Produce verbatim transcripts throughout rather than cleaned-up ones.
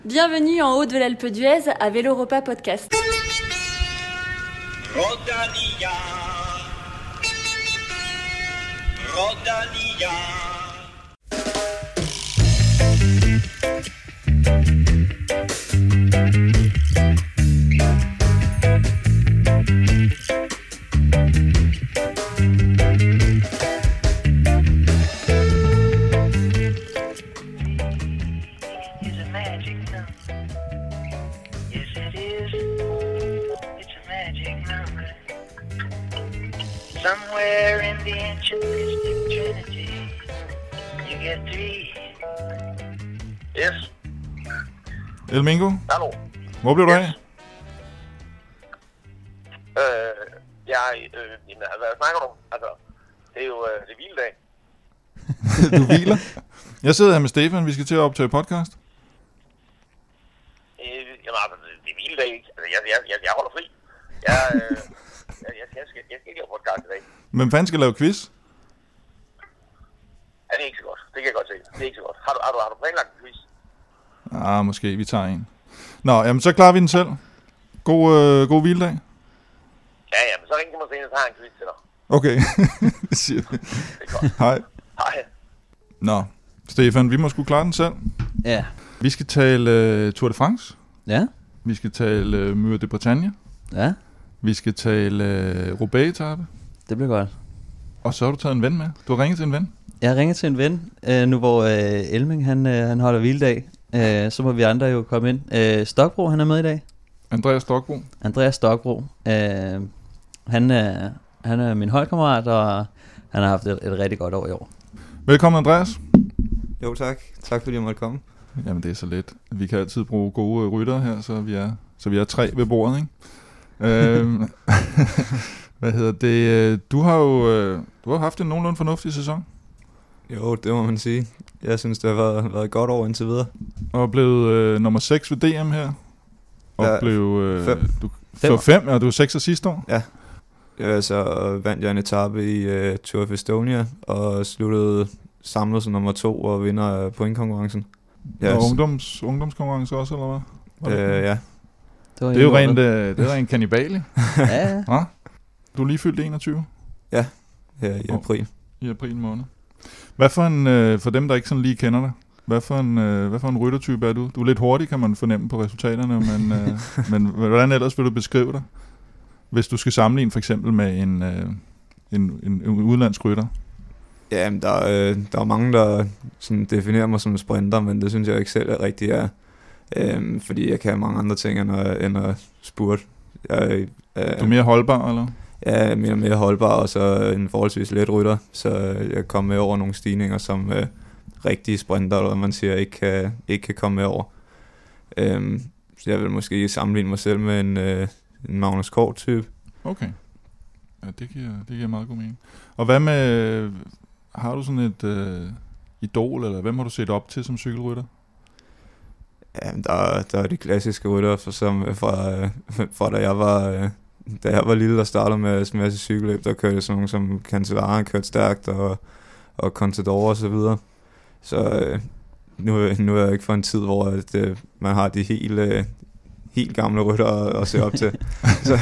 Bienvenue en haut de l'Alpe d'Huez à Vélo Repas Podcast. Rodalia, Rodalia. Somewhere in the ancient mystic trinity, you get three. Yes. Elmingo, Hallo. hvor blev du af? Øh, jeg, øh, jamen, hvad snakker du? Altså, det er jo øh, det er hviledag. Du hviler? Jeg sidder her med Stefan, vi skal til at optage podcast. Øh, jamen, altså, det er hviledag, ikke? Altså, jeg, jeg, jeg, jeg holder fri. Jeg, øh, jeg, jeg, jeg, skal, jeg skal ikke lave podcast i dag. Men fanden skal lave quiz? Ja, det er ikke så godt. Det kan jeg godt se. Det er ikke så godt. Har du, har du, har du planlagt en quiz? Ah, måske. Vi tager en. Nå, jamen så klarer vi den selv. God, øh, god hviledag. Ja, jamen, så ring til mig senere, så har jeg en quiz til dig. Okay, det siger det. Det er godt. Hej. Hej. Nå, Stefan, vi må sgu klare den selv. Ja. Vi skal tale øh, Tour de France. Ja. Vi skal tale øh, Mur de Bretagne. Ja. Vi skal tale øh, Roubaix-etape. Det bliver godt. Og så har du taget en ven med. Du har ringet til en ven. Jeg har ringet til en ven, øh, nu hvor øh, Elming han, øh, han holder hviledag. Øh, så må vi andre jo komme ind. Øh, Stokbro, han er med i dag. Andreas Stokbro. Andreas Stokbro. Øh, han, øh, han er min holdkammerat, og han har haft et, et rigtig godt år i år. Velkommen, Andreas. Jo tak. Tak fordi jeg måtte komme. Jamen det er så let. Vi kan altid bruge gode ryttere her, så vi er, så vi er tre ved bordet, ikke? øhm, hvad hedder det? Du har jo du har haft en nogenlunde fornuftig sæson. Jo, det må man sige. Jeg synes, det har været, været et godt år indtil videre. Og blevet øh, nummer seks ved D M her. Og ja, blev... Øh, fem. Du, fem. fem, ja, du var seks sidste år. Ja. ja. Så vandt jeg en etape i uh, Tour of Estonia, og sluttede samlet som nummer to og vinder af pointkonkurrencen. Ja, og ungdoms, ungdomskonkurrence også, eller hvad? Øh, ja. Det, det er jo rent, øh, det er rent kannibale. Ja, ja. Ja? Du er lige fyldt enogtyve? Ja, her i april. I april måned. Hvad for en, øh, for dem, der ikke sådan lige kender dig, hvad for en, øh, hvad for en ryttertype er du? Du er lidt hurtig, kan man fornemme på resultaterne, men, øh, men hvordan ellers vil du beskrive dig, hvis du skal sammenligne for eksempel med en, øh, en, en, en udlandsk rytter? Ja, men der, øh, der er mange, der sådan definerer mig som sprinter, men det synes jeg ikke selv er rigtigt er. Øhm, fordi jeg kan mange andre ting end at, end at spurte. Jeg, øh, du er mere holdbar, eller? Ja, jeg er mere, mere holdbar, og så en forholdsvis let rytter, så jeg kom med over nogle stigninger, som øh, rigtige sprinter, eller man siger, ikke kan, ikke kan komme med over. Øhm, så jeg vil måske sammenligne mig selv med en, øh, en Magnus Kort-type. Okay. Ja, det giver, det giver meget god mening. Og hvad med, har du sådan et øh, idol, eller hvem har du set op til som cykelrytter? Ja, der, der er de klassiske rytter, for, som, fra, fra da jeg var... Da jeg var lille og startede med en masse cykelløb, der kørte sådan nogle som Cancellara, kørte stærkt, og, og Contador og så videre. Så øh, nu, nu er jeg ikke for en tid, hvor at, øh, man har de helt, øh, helt gamle rytter at, at se op til. så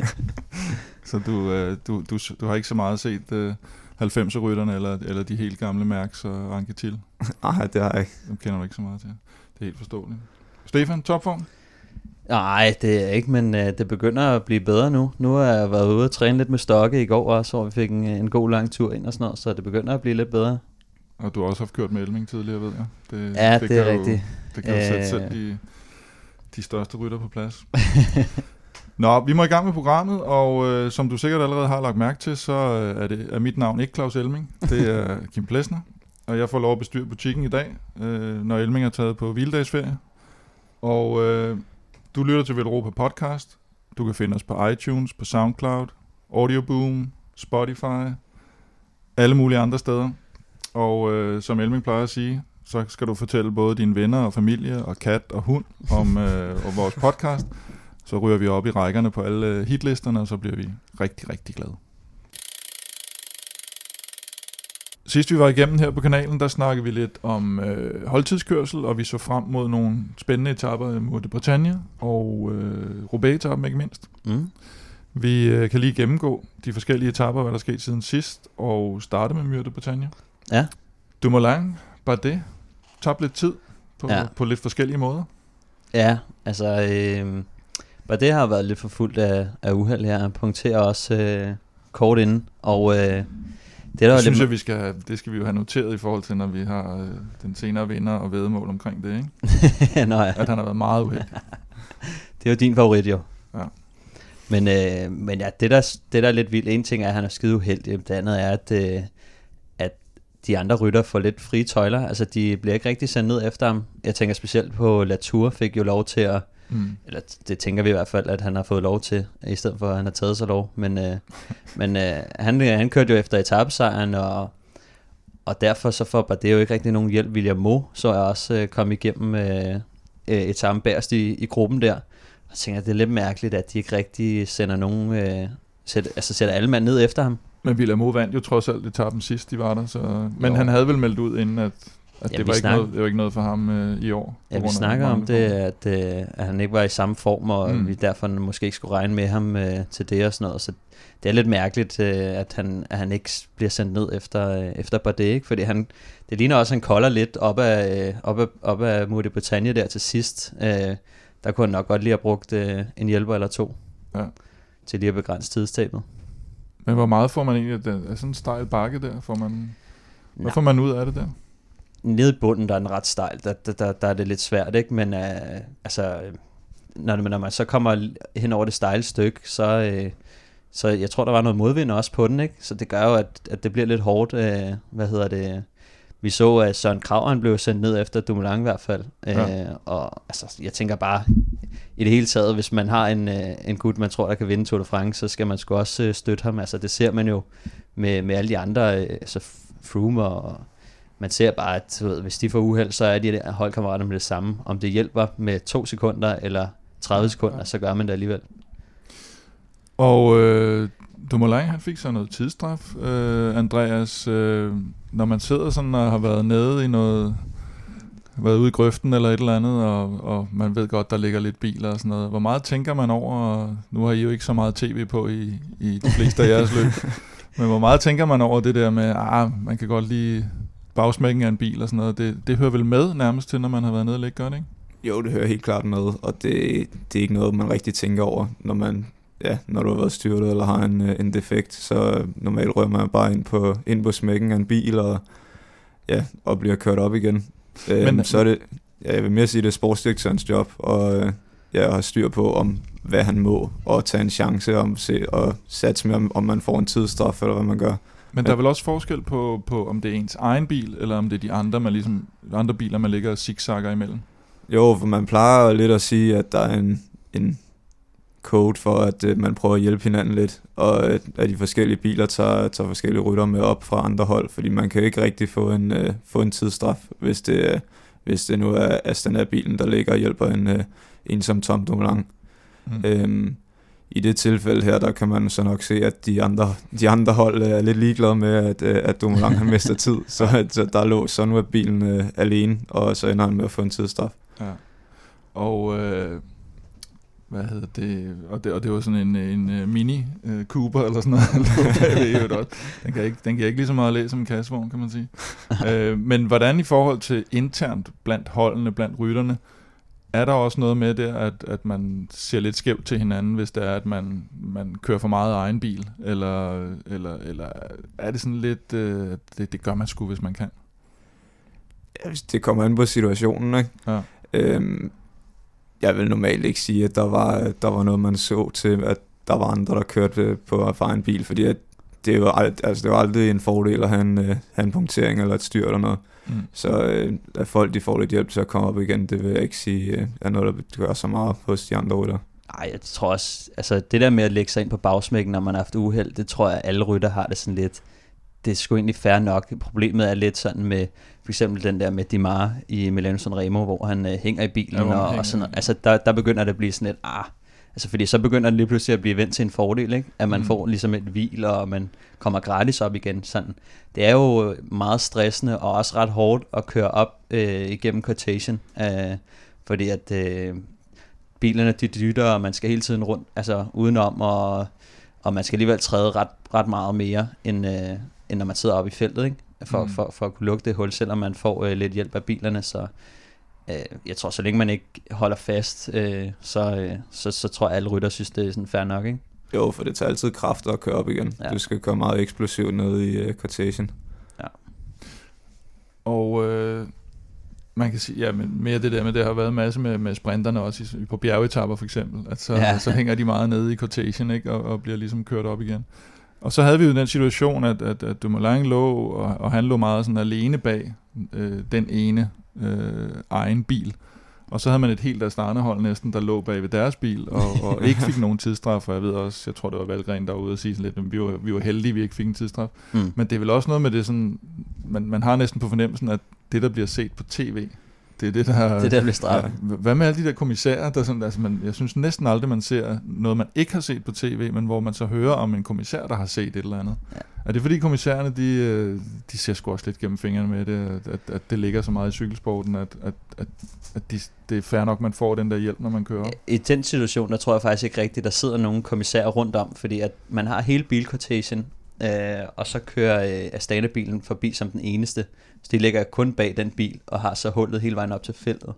så du, øh, du, du, du har ikke så meget set øh, halvfemser-rytterne, eller, eller de helt gamle Mærks og Anquetil? Nej, det har jeg ikke. Dem kender du ikke så meget til. Det er helt forståeligt. Stefan, topform? Nej, det er ikke, men øh, det begynder at blive bedre nu. Nu har jeg været ude og træne lidt med Stokke i går også, hvor vi fik en, en god lang tur ind og sådan noget, så det begynder at blive lidt bedre. Og du har også haft kørt med Elming tidligere, ved jeg. Det, ja, det, det er kan rigtigt. Jo, det kan jo sætte øh... selv de, de største rytter på plads. Nå, vi må i gang med programmet, og øh, som du sikkert allerede har lagt mærke til, så øh, er, det, er mit navn ikke Claus Elming, det er Kim Plesner, og jeg får lov at bestyre butikken i dag, øh, når Elming er taget på hviledagsferie. Og øh, du lytter til Vélo Repas podcast. Du kan finde os på iTunes, på SoundCloud, Audioboom, Spotify, alle mulige andre steder. Og øh, som Elming plejer at sige, så skal du fortælle både dine venner og familie og kat og hund om øh, og vores podcast. Så ryger vi op i rækkerne på alle hitlisterne, og så bliver vi rigtig, rigtig glade. Sidst vi var igennem her på kanalen, der snakkede vi lidt om øh, holdtidskørsel, og vi så frem mod nogle spændende etaper mod Bretagne og øh, Roubaix-etappen ikke mindst. Mm. Vi øh, kan lige gennemgå de forskellige etaper, hvad der er sket siden sidst, og starte med Mur de Bretagne. Ja. Dumoulin, Bardet, tabte lidt tid på, Ja. på lidt forskellige måder. Ja, altså, øh, Bardet har været lidt forfulgt af, af uheld her. Han punkterer også øh, kort inden, og øh, det er der Det synes lidt... jeg, vi skal, det skal vi jo have noteret i forhold til, når vi har øh, den senere vinder og væddemål omkring det, ikke? Nå, ja. At han har været meget uheldig. Det er jo din favorit, jo. Ja. Men, øh, men ja, det der, det der er lidt vildt. En ting er, at han er skide uheldig. Det andet er, at, øh, at de andre rytter får lidt frie tøjler. Altså, de bliver ikke rigtig sendt ned efter ham. Jeg tænker specielt på Latour fik jo lov til at... Mm. Eller det tænker vi i hvert fald, at han har fået lov til, i stedet for, at han har taget sig lov. Men, øh, men øh, han, han kørte jo efter etapesejren, og, og derfor så får Bardet jo ikke rigtig nogen hjælp. William Mo så er også øh, kommet igennem øh, øh, etappen bærst i, i gruppen der. Og jeg tænker, at det er lidt mærkeligt, at de ikke rigtig sender nogen, øh, sæt, altså sætter alle mand ned efter ham. Men William Mo vandt jo trods alt etappen sidst, de var der. Så... Men Jo. han havde vel meldt ud inden, at, at Ja, det, vi var ikke snak- noget, det var ikke noget for ham øh, i år. på Ja, vi grund af snakker om manglende det, form. at, øh, at han ikke var i samme form, og Mm. mm. vi derfor måske ikke skulle regne med ham øh, til det og sådan noget. Så det er lidt mærkeligt, øh, at, han, at han ikke bliver sendt ned efter, øh, efter Bardet, ikke? Fordi han, det ligner også, at han kolder lidt op af, øh, op af, op af Mur de Bretagne der til sidst. Øh, der kunne han nok godt lige have brugt øh, en hjælper eller to Ja. til lige at begrænse tidstabet. Men hvor meget får man egentlig af den- af sådan en stejl bakke der? Får man, hvad Nej. får man ud af det der? Nede i bunden, der er den ret stejl, der, der, der, der er det lidt svært, ikke? Men øh, altså, når, når man så kommer hen over det stejle stykke, så, øh, så jeg tror, der var noget modvind også på den, ikke? Så det gør jo, at, at det bliver lidt hårdt. Øh, hvad hedder det? Vi så, at Søren Kragh, han blev sendt ned efter Dumoulin i hvert fald. Ja. Øh, og altså, jeg tænker bare, i det hele taget, hvis man har en, øh, en gut, man tror, der kan vinde Tour de France, så skal man sgu også øh, støtte ham. Altså, det ser man jo med, med alle de andre, øh, altså Froome og... Man ser bare, at du ved, hvis de får uheld, så er de der holdkammerater med det samme. Om det hjælper med to sekunder eller tredive sekunder, så gør man det alligevel. Og øh, Dumoulin, han fik så noget tidsstraf. Øh, Andreas, øh, når man sidder sådan og har været nede i noget, været ude i grøften eller et eller andet, og, og man ved godt, der ligger lidt biler og sådan noget. Hvor meget tænker man over, nu har I jo ikke så meget tv på i, i de fleste af jeres løb, men hvor meget tænker man over det der med, ah, man kan godt lige bagsmækken af en bil og sådan noget. Det, det hører vel med nærmest til, når man har været nede og ligge godt, ikke? Jo, det hører helt klart med, og det, det er ikke noget, man rigtig tænker over, når man, ja, når du har været styrtet eller har en, en defekt, så normalt rører man bare ind på, ind på smækken af en bil, og, ja, og bliver kørt op igen. Men, øhm, så er det, ja, jeg vil mere sige, det er sportsdirektørens job, og øh, jeg har styr på, om hvad han må, og tage en chance om se, og satse med, om, om man får en tidsstraf, eller hvad man gør. Men der er vel også forskel på, på, om det er ens egen bil, eller om det er de andre, man ligesom, andre biler, man ligger og zigzagger imellem. Jo, for man plejer lidt at sige, at der er en, en code for, at uh, man prøver at hjælpe hinanden lidt, og at, at de forskellige biler tager, tager forskellige rytter med op fra andre hold, fordi man kan jo ikke rigtig få en, uh, få en tidsstraf, hvis det, uh, hvis det nu er Astana-bilen, der ligger og hjælper en, uh, en som Tom Dumoulin. Mm. Øhm, I det tilfælde her, der kan man så nok se, at de andre, de andre hold er lidt ligeglade med, at, at Dumoulin har mistet tid, så, at, så der lå så nu er bilen uh, alene, og så ender han med at få en tidsstraf. Ja. Og øh, hvad hedder det? Og det og det var sådan en en mini uh, Cooper eller sådan noget. den kan ikke den kan ikke lige så meget læse som en kassevogn, kan man sige. øh, men hvordan i forhold til internt blandt holdene, blandt rytterne, er der også noget med der, at at man ser lidt skævt til hinanden, hvis det er at man man kører for meget egen bil, eller eller eller er det sådan lidt øh, det det gør man sgu, hvis man kan. Ja, det kommer an på situationen, ikke? Ja. Øhm, jeg vil normalt ikke sige, at der var, der var noget, man så til, at der var andre, der kørte på egen bil, fordi at det er jo ald- altså, det er jo aldrig en fordel at have en, uh, have en punktering eller et styr eller noget. Mm. Så øh, at folk de får lidt hjælp til at komme op igen, det vil jeg ikke sige øh, er noget, der gør så meget hos de andre rytter. Nej, jeg tror også, altså det der med at lægge sig ind på bagsmækken, når man har haft uheld, det tror jeg, alle rytter har det sådan lidt, det er sgu egentlig fair nok. Problemet er lidt sådan med, for eksempel den der med Démare i Milano Sanremo, hvor han øh, hænger i bilen, ja, og, og sådan noget. Altså der, der begynder det at blive sådan lidt, ah, Altså fordi så begynder det lige pludselig at blive vendt til en fordel, ikke? At man mm. får ligesom et hvil, og man kommer gratis op igen. Sådan. Det er jo meget stressende og også ret hårdt at køre op øh, igennem quotation, øh, fordi at øh, bilerne de dytter, og man skal hele tiden rundt, altså udenom, og, og man skal alligevel træde ret, ret meget mere, end, øh, end når man sidder oppe i feltet, ikke? For, mm. for, for at kunne lukke det hul, selvom man får øh, lidt hjælp af bilerne, så jeg tror, så længe man ikke holder fast, øh, så, øh, så, så tror jeg, at alle rytter synes, det er sådan fair nok, ikke? Jo, for det tager altid kræfter at køre op igen. Ja. Du skal køre meget eksplosivt ned i uh, quotation. Ja. Og øh, man kan sige, ja, men mere det der med, det har været en masse med, med sprinterne også i, på bjergetapper for eksempel, at så, ja. så hænger de meget nede i quotation, ikke? Og, og bliver ligesom kørt op igen. Og så havde vi jo den situation, at, at, at Dumoulin lå, og, og han lå meget sådan alene bag øh, den ene øh, egen bil. Og så havde man et helt af starterhold næsten, der lå bag ved deres bil, og, og ikke fik nogen tidsstraf. Og jeg ved også, jeg tror det var Valgren, der var ude og sige sådan lidt, at vi var, vi var heldige, vi ikke fik en tidsstraf. Mm. Men det er vel også noget med det sådan, man, man har næsten på fornemmelsen, at det, der bliver set på tv, det er det, der... Det der bliver straffet. Ja, hvad med alle de der kommissærer, der sådan, altså man, jeg synes næsten aldrig, man ser noget, man ikke har set på tv, men hvor man så hører om en kommissær, der har set et eller andet. Ja. Er det fordi kommissærerne, de, de ser sgu også lidt gennem fingrene med det, at, at det ligger så meget i cykelsporten, at, at, at, at de, det er fair nok, man får den der hjælp, når man kører op? I den situation, der tror jeg faktisk ikke rigtigt, der sidder nogle kommissærer rundt om, fordi at man har hele bilquotation, øh, og så kører øh, Astana-bilen forbi som den eneste. Så de ligger kun bag den bil, og har så hullet hele vejen op til feltet.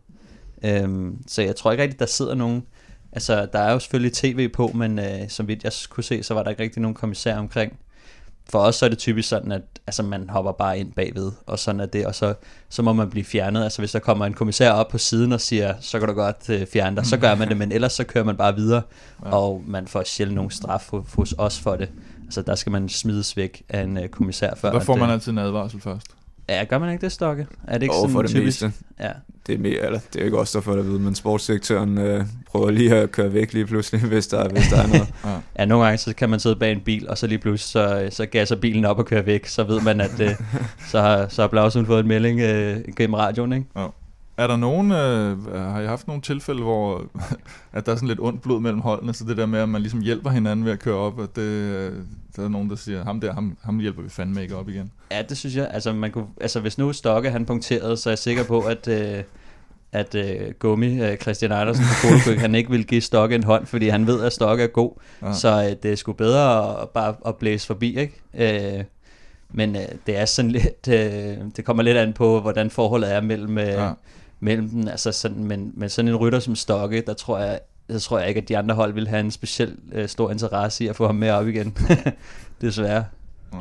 Øhm, så jeg tror ikke rigtigt, der sidder nogen... Altså, der er jo selvfølgelig tv på, men øh, som vidt jeg kunne se, så var der ikke rigtig nogen kommissær omkring. For os så er det typisk sådan, at altså, man hopper bare ind bagved, og sådan er det, og så, så må man blive fjernet. Altså, hvis der kommer en kommissær op på siden og siger, så kan du godt øh, fjerne dig, så gør man det, men ellers så kører man bare videre, ja. Og man får sjældent nogen straf hos os for det. Altså, der skal man smides væk af en øh, kommissær før. Der får man at, altid en advarsel først. Ja, gør man ikke det, Stokke? Er det ikke oh, sådan for det typisk? meste. Ja. Det er, mere, eller, det er ikke også derfor, der ved, men sportsdirektøren øh, prøver lige at køre væk lige pludselig, hvis der, hvis der er noget. Ja. Ja, nogle gange så kan man sidde bag en bil, og så lige pludselig så, så gasser bilen op og kører væk, så ved man, at øh, så har, så har Blausen fået en melding øh, gennem radioen, ikke? Ja. Er der nogen, øh, har I haft nogle tilfælde, hvor at der er sådan lidt ondt blod mellem holdene, så det der med, at man ligesom hjælper hinanden ved at køre op, at det, øh, der er nogen, der siger, ham der, ham, ham hjælper vi fandme ikke op igen? Ja, det synes jeg. Altså, man kunne, altså hvis nu Stokke han punkterede, så er jeg sikker på, at, øh, at øh, Gummi, øh, Christian Andersen på Koldekøk, han ikke vil give Stokke en hånd, fordi han ved, at Stokke er god. Ja. Så øh, det er sgu bedre at bare at blæse forbi, ikke? Øh, men øh, det er sådan lidt, øh, det kommer lidt an på, hvordan forholdet er mellem... Øh, ja. mellem den, altså sådan, men, men sådan en rytter som Stokke, der tror jeg, der tror jeg ikke, at de andre hold vil have en speciel øh, stor interesse i at få ham med op igen. Desværre. Ja.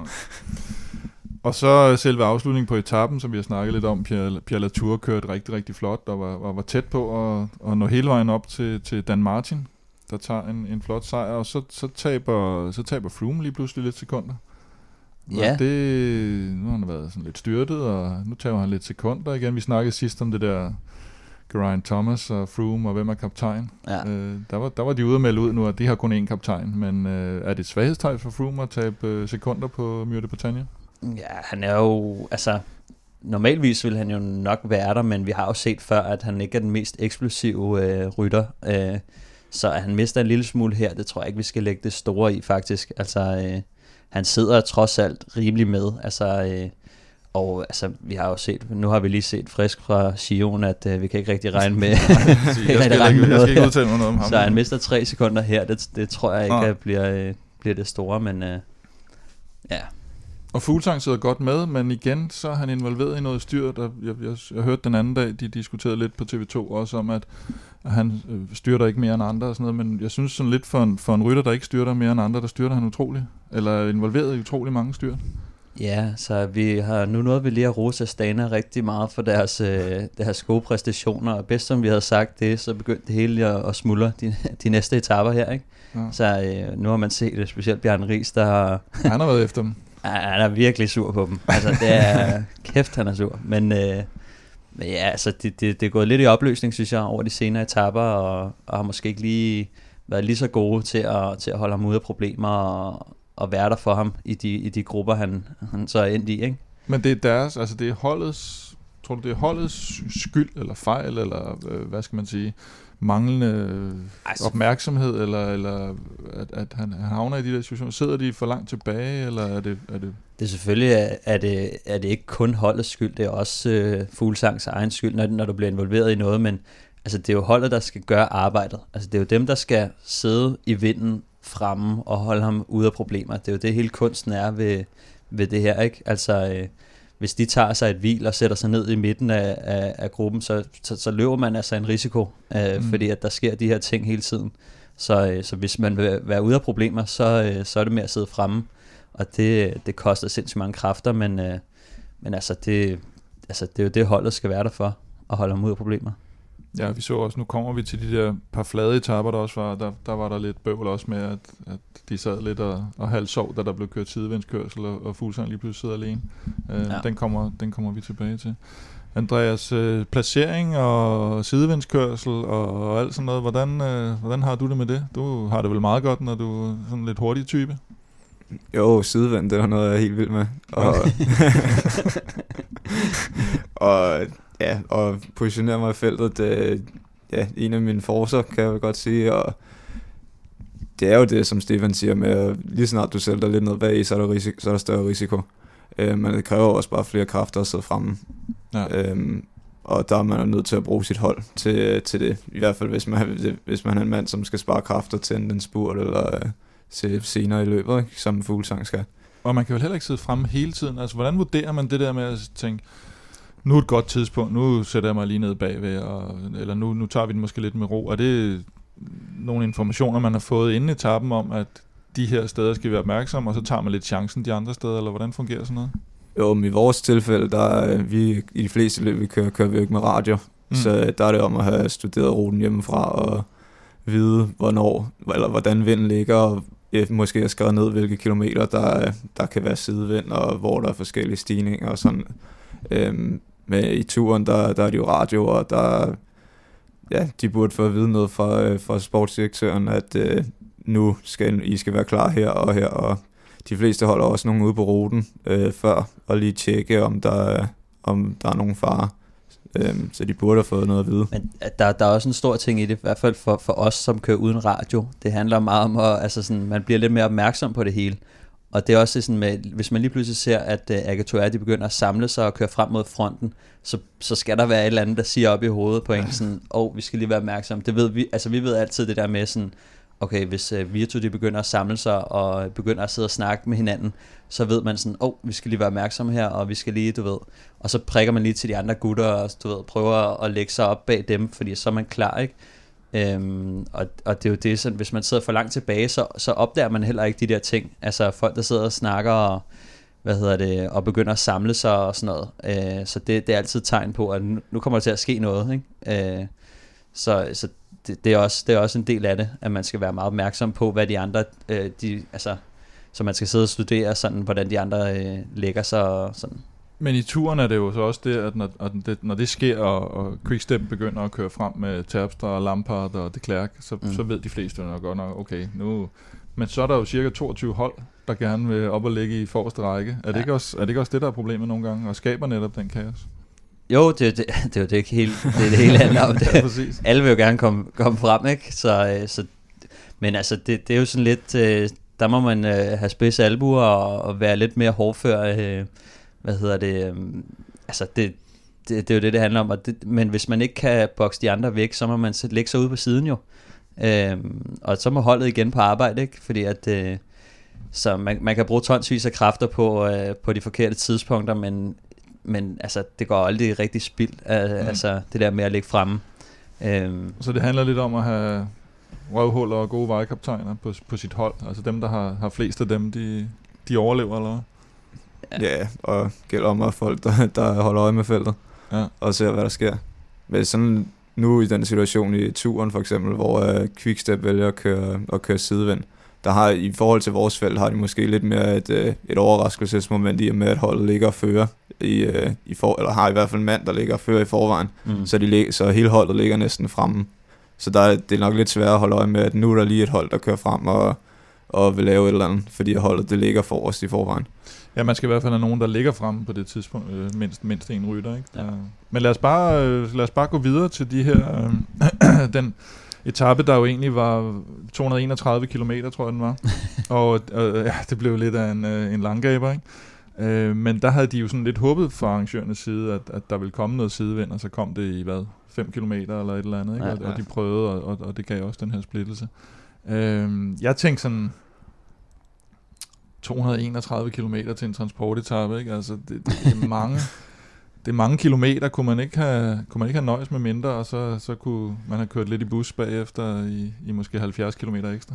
Og så selve afslutningen på etappen, som vi har snakket lidt om, Pierre, Pierre Latour kørte rigtig, rigtig flot, og var, var, var tæt på at, at nå hele vejen op til, til Dan Martin, der tager en, en flot sejr, og så, så, taber, så taber Froome lige pludselig lidt sekunder. Ja. Det, nu har han været sådan lidt styrtet, og nu tager han lidt sekunder igen. Vi snakkede sidst om det der Geraint Thomas og Froome, og hvem er kaptajn. Ja. Øh, der, var, der var de ude at melde ud nu, at de har kun én kaptajn, men øh, er det et svaghedstegn for Froome at tabe øh, sekunder på Mur de Bretagne? Ja, han er jo, altså normalvis vil han jo nok være der, men vi har jo set før, at han ikke er den mest eksplosive øh, rytter. Øh, så at han mister en lille smule her, det tror jeg ikke, vi skal lægge det store i faktisk. Altså... Øh, han sidder trods alt rimelig med, altså, øh, og altså, vi har jo set, nu har vi lige set frisk fra Sion, at øh, vi kan ikke rigtig regne med, jeg skal ikke, jeg skal ikke udtale noget om ham. Så han mister tre sekunder her, det, det tror jeg ikke ah. bliver, øh, bliver det store, men øh, ja. Og Fuglsang sidder godt med, men igen, så er han involveret i noget styr, der, jeg, jeg, jeg hørte den anden dag, de diskuterede lidt på T V to også om, at han øh, styrter ikke mere end andre og sådan noget, men jeg synes sådan lidt for en, for en rytter, der ikke styrter mere end andre, der styrter han utroligt, eller er involveret i utrolig mange styrt. Ja, så vi har nu nået vi lige at rose Astana rigtig meget for deres, øh, deres gode præstationer, og bedst som vi havde sagt det, så begyndte det hele at, at smuldre de, de næste etaper her, ikke? Ja. Så øh, nu har man set det, specielt Bjarne Riis, der har... Han har været efter dem. Ja, han er virkelig sur på dem. Altså, det er kæft, han er sur. Men, øh, men ja, altså, det, det, det er gået lidt i opløsning, synes jeg, over de senere etaper, og, og har måske ikke lige været lige så gode til at, til at holde ham ude af problemer, og, og være der for ham i de, i de grupper, han, han så er endt i, ikke? Men det er deres, altså det er holdets, tror du, det er holdets skyld, eller fejl, eller øh, hvad skal man sige, manglende Altså- opmærksomhed, eller, eller at, at han, han havner i de der situationer? Sidder de for langt tilbage, eller er det... Er det Det er selvfølgelig, er, er, det, er det ikke kun holdets skyld, det er også øh, Fuglsangs egen skyld, når, når du bliver involveret i noget, men altså, det er jo holdet, der skal gøre arbejdet. Altså, det er jo dem, der skal sidde i vinden fremme og holde ham ude af problemer. Det er jo det, hele kunsten er ved, ved det her, ikke? Altså, øh, hvis de tager sig et hvil og sætter sig ned i midten af, af, af gruppen, så, så, så løber man altså en risiko, øh, mm. fordi at der sker de her ting hele tiden. Så, øh, så hvis man vil være ude af problemer, så, øh, så er det med at sidde fremme. Og det, det koster sindssygt mange kræfter, men, øh, men altså, det, altså det er jo det, holdet skal være der for, at holde ham ud af problemer. Ja, vi så også, nu kommer vi til de der par flade etaper, der også var, der, der var der lidt bøvl også med, at, at de sad lidt og, og halvsov, da der blev kørt sidevindskørsel, og, og Fuglsang lige pludselig sidder alene. Øh, Ja. den, kommer, den kommer vi tilbage til. Andreas, øh, placering og sidevindskørsel og, og alt sådan noget, hvordan, øh, hvordan har du det med det? Du har det vel meget godt, når du er sådan lidt hurtig type? Jo, sidevind, det er noget, jeg er helt vild med. Og, og, ja, og positionere mig i feltet, det er ja, en af mine forcer, kan jeg godt sige. Og det er jo det, som Stefan siger med, at lige snart du sætter dig lidt ned bag, så er der, risiko, så er der større risiko. Øh, men det kræver også bare flere kræfter at sidde fremme. Ja. Øhm, og der er man jo nødt til at bruge sit hold til, til det. I hvert fald, hvis man, hvis man er en mand, som skal spare kræfter til en spurt, eller øh, til senere i løbet, ikke? Som Fuglsang skal. Og man kan vel heller ikke sidde fremme hele tiden. Altså, hvordan vurderer man det der med at tænke, nu er et godt tidspunkt, nu sætter jeg mig lige ned bagved, og, eller nu, nu tager vi den måske lidt med ro. Er det nogle informationer, man har fået inden etappen om, at de her steder skal vi være opmærksomme, og så tager man lidt chancen de andre steder, eller hvordan fungerer sådan noget? Jo, men i vores tilfælde, der er vi i de fleste løb, vi kører, kører vi jo ikke med radio. Mm. Så der er det om at have studeret ruten hjemmefra, og vide, hvornår, eller hvordan vinden ligger, og ja, måske have skrevet ned, hvilke kilometer der, der kan være sidevind, og hvor der er forskellige stigninger og sådan. Øhm, men i turen, der, der er det jo radio, og der, ja, de burde få at vide noget fra, fra sportsdirektøren, at øh, nu skal I skal være klar her og her, og de fleste holder også nogen ude på ruten øh, før, og lige tjekke, om der, om der er nogen fare. Øhm, så de burde have fået noget at vide. Men der, der er også en stor ting i det, i hvert fald for, for os, som kører uden radio. Det handler meget om, at altså sådan, man bliver lidt mere opmærksom på det hele. Og det er også sådan med, hvis man lige pludselig ser, at uh, Agatour, de begynder at samle sig og køre frem mod fronten, så, så skal der være et eller andet, der siger op i hovedet på en sådan, åh, oh, vi skal lige være opmærksomme. Det ved vi, altså vi ved altid det der med sådan, okay, hvis uh, Virtu de begynder at samle sig og begynder at sidde og snakke med hinanden, så ved man sådan, åh, oh, vi skal lige være opmærksomme her, og vi skal lige, du ved, og så prikker man lige til de andre gutter, og du ved, prøver at lægge sig op bag dem, fordi så er man klar, ikke? Øhm, og, og det er jo det, sådan, hvis man sidder for langt tilbage, så, så opdager man heller ikke de der ting. Altså folk, der sidder og snakker og, hvad hedder det, og begynder at samle sig og sådan noget. Øh, så det, det er altid et tegn på, at nu, nu kommer der til at ske noget, ikke? Øh, så så det, det, er også, det er også en del af det, at man skal være meget opmærksom på, hvad de andre, øh, de, altså, så man skal sidde og studere, sådan, hvordan de andre øh, lægger sig og sådan. Men i turen er det jo så også det, at når, at det, når det sker, og, og Quickstep begynder at køre frem med Terpstra og Lampard og de Klerk, så, mm. så ved de fleste jo godt nok, okay, nu... Men så er der jo cirka toogtyve hold, der gerne vil op og ligge i forreste række. Er det, ja. ikke også, er det ikke også det, der er problemet nogle gange, og skaber netop den kaos? Jo, det, det, det er jo det ikke helt, det er det hele handler om. Det. Ja, præcis. Alle vil jo gerne komme, komme frem, ikke? Så, så, men altså, det, det er jo sådan lidt, øh, der må man øh, have spids albuer og, og være lidt mere hårdfør, øh, hvad hedder det, øh, altså det, det, det er jo det, det handler om, og det, men hvis man ikke kan bokse de andre væk, så må man lægge sig ude på siden jo, øh, og så må holdet igen på arbejde, ikke? Fordi at, øh, så man, man kan bruge tonsvis af kræfter på, øh, på de forkerte tidspunkter, men men altså, det går aldrig rigtig spildt, mm. altså det der med at ligge fremme. Øhm. Så det handler lidt om at have røvhuller og gode vejkaptajner på, på sit hold, altså dem, der har, har flest af dem, de, de overlever, eller hvad? Ja, ja, og gælder om at folk, der, der holder øje med feltet, ja. Og ser, hvad der sker. Men sådan nu i den situation i turen for eksempel, hvor uh, Quickstep vælger at køre, at køre sidevind, der har i forhold til vores felt, har de måske lidt mere et, uh, et overraskelsesmoment i og med, at holdet ligger og fører, i, uh, i for, eller har i hvert fald en mand, der ligger og fører i forvejen, mm. så, de, så hele holdet ligger næsten fremme. Så der, det er nok lidt sværere at holde øje med, at nu er der lige et hold, der kører frem og, og vil lave et eller andet, fordi holdet det ligger forrest i forvejen. Ja, man skal i hvert fald have nogen, der ligger fremme på det tidspunkt, øh, mindst, mindst en rytter, ikke? Ja. Ja. Men lad os, bare, øh, lad os bare gå videre til de her, øh, den etape, der jo egentlig var to hundrede og enogtredive kilometer, tror jeg den var, og øh, ja, det blev lidt af en, øh, en langgaber, ikke? Øh, men der havde de jo sådan lidt håbet fra arrangørernes side, at, at der ville komme noget sidevind, og så kom det i hvad, fem kilometer eller et eller andet, ikke? Ja, og, ja. og de prøvede, og, og, og det gav også den her splittelse. Øh, jeg tænkte sådan, to hundrede og enogtredive kilometer til en transportetape, ikke? Altså, det, det, det er mange, det er mange kilometer. Kunne man ikke have, kunne man ikke have nøjes med mindre, og så, så kunne man have kørt lidt i bus bagefter i, i måske halvfjerds kilometer ekstra?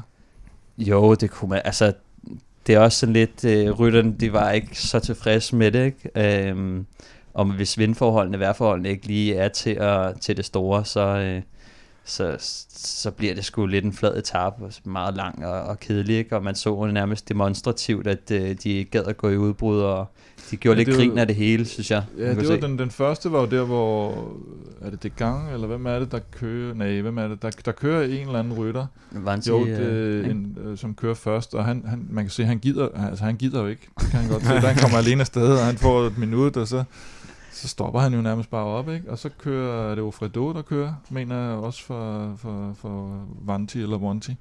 Jo, det kunne man. Altså, det er også sådan lidt, øh, rytterne, de var ikke så tilfredse med det, ikke? Øhm, og hvis vindforholdene, vejrforholdene ikke lige er til, at, til det store, så, øh, så, så bliver det sgu lidt en flad etape, meget lang og, og kedelig, ikke? Og man så nærmest demonstrativt, at øh, de gad at gå i udbrud, og de gjorde Ja, lidt det var- grin af det hele, synes jeg. Ja, Man det kunne var se. den, den første var jo der, hvor, er det det gang, eller hvem er det, der kører, nej, hvem er det, der, der kører en eller anden rytter, Vanti, jo, øh, det, ikke? en, øh, som kører først, og han, han, man kan se, han gider, altså han gider jo ikke, det kan han godt se, da han kommer alene afsted, og han får et minut, og så, så stopper han jo nærmest bare op, ikke? Og så kører, er det jo Fredo, der kører, mener jeg også for, for, for Vanti eller Vanti,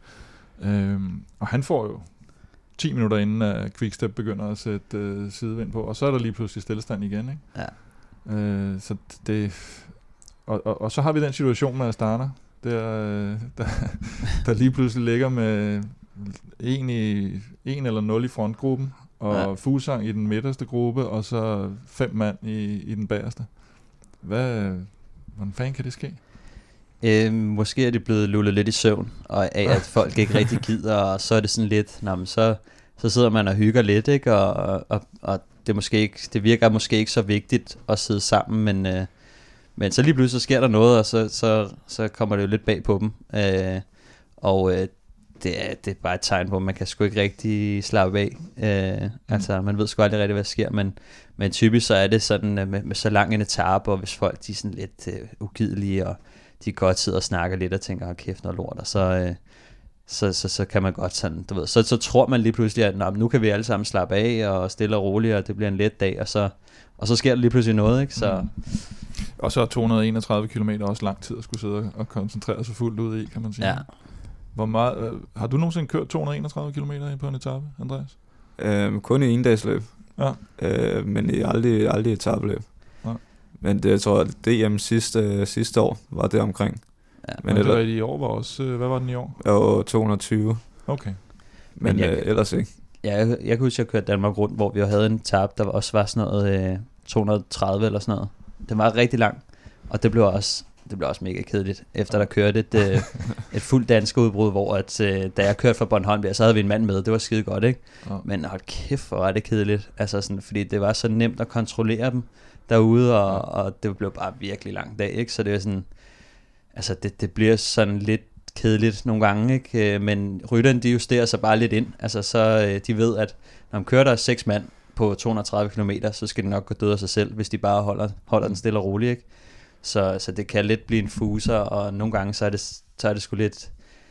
øhm, og han får jo ti minutter inden at Quickstep begynder at sætte øh, sidevind på, og så er der lige pludselig stillestand igen, ikke? Ja. Øh, så det, og, og, og så har vi den situation med Astana, der, øh, der, der lige pludselig ligger med en, i, en eller nul i frontgruppen, og Ja. ja. Fuglsang i den midterste gruppe, og så fem mand i, i den bagerste. Hvad, hvordan fanden kan det ske? Øh, måske er det blevet lullet lidt i søvn, og af at folk ikke rigtig gider, og så er det sådan lidt, nå, men så, så sidder man og hygger lidt, ikke? Og, og, og det, er måske ikke, det virker måske ikke så vigtigt at sidde sammen, men, øh, men så lige pludselig så sker der noget, og så, så, så kommer det jo lidt bag på dem. Øh, og øh, det, er, det er bare et tegn på, at man kan sgu ikke rigtig slappe af. Øh, altså, man ved sgu aldrig rigtig, hvad der sker, men, men typisk så er det sådan øh, med, med så lang en etape, og hvis folk de er sådan lidt øh, ugidelige, og de godt sidder og snakker lidt og tænker, hold kæft noget lort, og så, øh, så, så, så kan man godt sådan, du ved, så, så tror man lige pludselig, at nu kan vi alle sammen slappe af, og stille og roligt, og det bliver en let dag, og så, og så sker der lige pludselig noget, ikke? Så, Mm. Og så er to hundrede og enogtredive kilometer også lang tid at skulle sidde og koncentrere sig fuldt ud i, kan man sige. ja. Hvor meget, øh, har du nogensinde kørt to hundrede og enogtredive kilometer på en etape, Andreas? Øhm, kun i endagsløb, Ja. øh, men i aldrig, aldrig etabeløb. Ja. Men det, jeg tror, at D M sidste, sidste år var det omkring. Ja. Men Men det var ellers, i år var også, øh, hvad var den i år? jeg var to hundrede og tyve, Okay. men, Men jeg- øh, ellers ikke. Ja, jeg, jeg kan huske, at jeg kørte Danmark rundt, hvor vi jo havde en etape, der også var sådan noget øh, to hundrede og tredive eller sådan noget. Den var rigtig lang, og det blev også, det blev også mega kedeligt, efter der kørte et, øh, et fuldt dansk udbrud, hvor at, øh, da jeg kørte fra Bornholm, så havde vi en mand med, det var skide godt, ikke? Ja. Men hold kæft, hvor var det kedeligt, altså sådan, fordi det var så nemt at kontrollere dem derude, og, og det blev bare virkelig lang dag, ikke? Så det var sådan, altså det, det bliver sådan lidt kedeligt nogle gange, ikke? Øh, Men rytterne, de justerer sig bare lidt ind, altså så øh, de ved, at når man kører der seks mand på to hundrede og tredive kilometer, så skal de nok gå død af sig selv, hvis de bare holder, holder den stille og roligt, ikke? Så, så det kan lidt blive en fuser, og nogle gange så er det, så er det sgu lidt,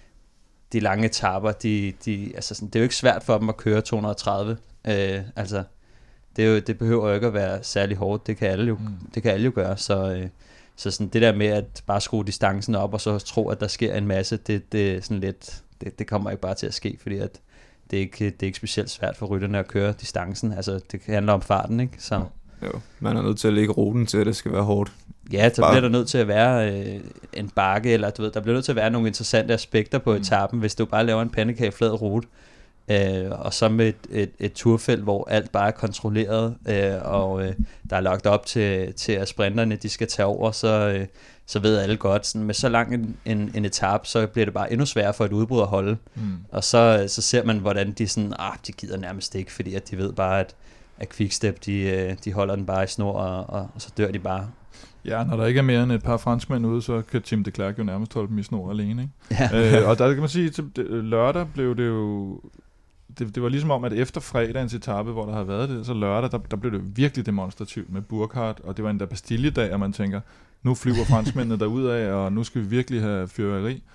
de lange etaper, de, de, altså sådan, det er jo ikke svært for dem at køre to hundrede og tredive, øh, altså det, er jo, det behøver jo ikke at være særlig hårdt, det kan alle jo, Mm. det kan alle jo gøre, så, øh, så sådan det der med at bare skrue distancen op, og så tro, at der sker en masse, det, det er sådan lidt, det, det kommer ikke bare til at ske, fordi at det er ikke, det er ikke specielt svært for rytterne at køre distancen, altså det handler om farten, ikke? Så Jo, man er nødt til at lægge ruten til, at det skal være hårdt. ja, så Bare- bliver der nødt til at være øh, en bakke, eller du ved, der bliver nødt til at være nogle interessante aspekter på Mm. etappen, hvis du bare laver en pandekageflad rute, øh, og så med et, et, et turfelt, hvor alt bare er kontrolleret, øh, og øh, der er lagt op til, til at sprinterne, de skal tage over, så, øh, så ved alle godt, sådan, med så lang en, en, en etape, så bliver det bare endnu sværere for et udbrud at holde, Mm. og så, så ser man, hvordan de sådan, ah, de gider nærmest ikke, fordi at de ved bare, at, at Quickstep, de, øh, de holder den bare i snor, og, og, og så dør de bare. Ja, når der ikke er mere end et par franskmænd ude, så kan Tim de Klerk jo nærmest holde dem i snor alene, ikke? Ja. øh, og der kan man sige, at lørdag blev det jo... Det, det var ligesom om, at efter fredagens etape, hvor der har været det, så lørdag, der, der blev det virkelig demonstrativt med Burkhardt, og det var endda Bastille-dag, og man tænker, nu flyver franskmændene derudad, og nu skal vi virkelig have fyrværkeri.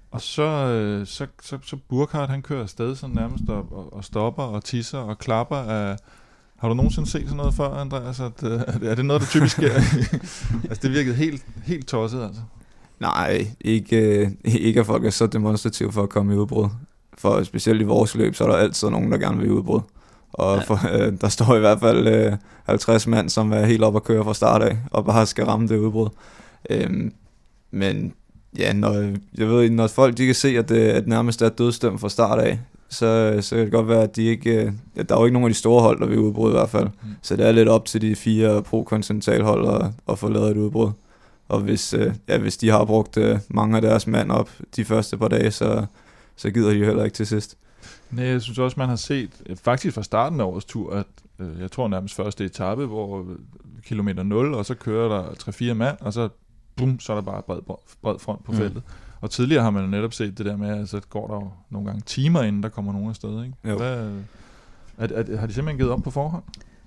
Og så, øh, så, så, så Burkhardt, han kører afsted sådan nærmest og, og, og stopper og tisser og klapper af... Har du nogensinde set sådan noget før, Andreas? At, øh, er det noget, der typisk sker? Altså, det virkede helt, helt tosset, altså. Nej, ikke, øh, ikke at folk er så demonstrative for at komme i udbrud. For specielt i vores løb, så er der altid nogen, der gerne vil i udbrud. Og ja. for, øh, der står i hvert fald øh, halvtreds mand, som er helt op at køre fra start af, og bare skal ramme det udbrud. Øhm, men ja, når, jeg ved, når folk de kan se, at det at nærmest er dødsdømt fra start af, så, så kan det godt være, at de ikke, ja, der er jo ikke nogen af de store hold, der vil udbrud i hvert fald. Mm. Så det er lidt op til de fire pro-kontinentalhold at, at få lavet et udbrud. Og hvis, øh, ja, hvis de har brugt øh, mange af deres mand op de første par dage, så, så gider de jo heller ikke til sidst. Nej, jeg synes også, man har set, faktisk fra starten af årets tur, at øh, jeg tror nærmest første etape, hvor kilometer nul, og så kører der tre fire mand, og så, bum, så er der bare bred, bred front på feltet. Mm. Og tidligere har man jo netop set det der med, at så går der jo nogle gange timer, inden der kommer nogen afsted, ikke? Hvad, er, er, har de simpelthen givet op på forhånd?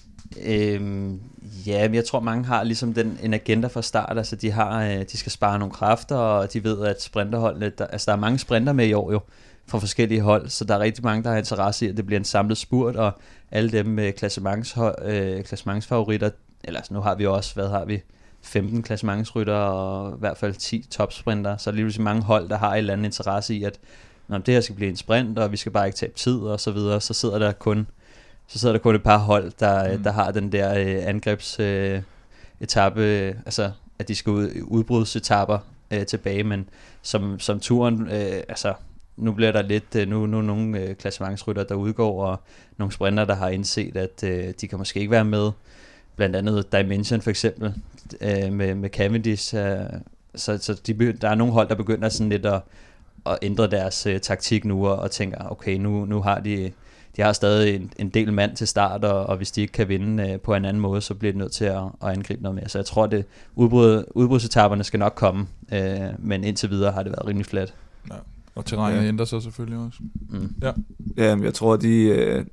Øhm, ja, men jeg tror mange har ligesom den, en agenda fra start. Altså de har, øh, de skal spare nogle kræfter, og de ved at sprinterholdene, der, altså der er mange sprinter med i år jo fra forskellige hold, så der er rigtig mange, der har interesse i, at det bliver en samlet spurt, og alle dem med klassements, øh, klassementsfavoritter, eller altså, nu har vi også, hvad har vi, femten klassementsrytter og i hvert fald ti topsprinter, så er det lige mange hold, der har en eller anden interesse i, at når det her skal blive en sprint, og vi skal bare ikke tabe tid og så videre, så sidder der kun så sidder der kun et par hold, der, mm. der har den der øh, angrebsetappe, øh, altså at de skal ud, udbrudsetapper øh, tilbage, men som, som turen, øh, altså nu bliver der lidt, øh, nu, nu nogle øh, klassementsrytter, der udgår, og nogle sprinter, der har indset, at øh, de kan måske ikke være med, blandt andet Dimension for eksempel, øh, med, med Cavendish, øh, så, så de, der er nogle hold, der begynder sådan lidt at, at ændre deres øh, taktik nu, og, og tænker, okay, nu, nu har de... De har stadig en, en del mand til start, og, og hvis de ikke kan vinde øh, på en anden måde, så bliver de nødt til at, at angribe noget mere. Så jeg tror, at udbrud, udbrudsetapperne skal nok komme, øh, men indtil videre har det været rimelig flat. Ja. Og terrænet ja. ændrer sig selvfølgelig også. Mm. Ja. Ja, jeg tror, at de,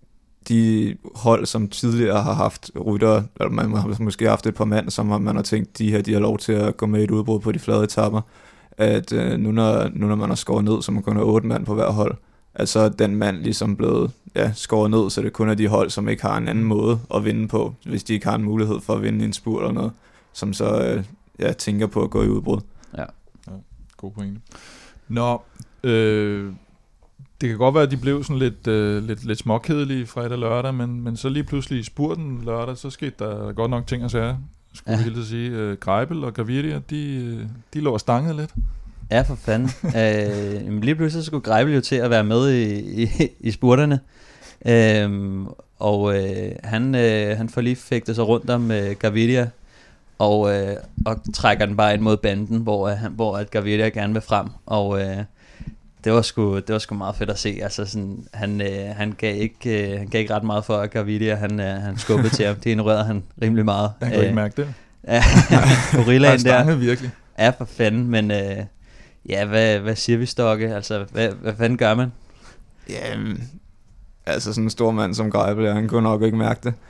de hold, som tidligere har haft rytter, eller man har måske haft et par mand, som man har tænkt, de her de har lov til at gå med i et udbrud på de flade etapper, at øh, nu, når, nu når man har skåret ned, så man kun har otte mand på hver hold, altså den mand ligesom blevet ja, skåret ned, så det kun er de hold, som ikke har en anden måde at vinde på, hvis de ikke har en mulighed for at vinde en spurt eller noget, som så øh, ja, tænker på at gå i udbrud. Ja, ja god pointe. Nå, øh, det kan godt være, at de blev sådan lidt, øh, lidt, lidt småkedelige fredag og lørdag, men, men så lige pludselig i spurten lørdag, så skete der godt nok ting og sager, skulle ja. vi helt sige. Øh, Greipel og Gaviria, de, de lå og stangede lidt. Ja, for fanden. øh, lige pludselig skulle Greipel jo til at være med i, i, i spurterne. Øh, og øh, han, øh, han får lige fægtet sig rundt om øh, Gaviria, og, øh, og trækker den bare ind mod banden, hvor, øh, hvor at Gaviria gerne vil frem. Og øh, det, var sgu, det var sgu meget fedt at se. Altså, sådan, han, øh, han, gav ikke, øh, han gav ikke ret meget for, at Gaviria han, øh, han skubbede til ham. Det ignorerede han rimelig meget. Han kunne øh, ikke mærke det. Ja, gorillaen der. Han stangede virkelig. Ja, for fanden, men... Øh, Ja, hvad, hvad siger vi, Stokke? Altså, hvad, hvad fanden gør man? Jamen, altså sådan en stor mand som Greipel, han kunne nok ikke mærke det.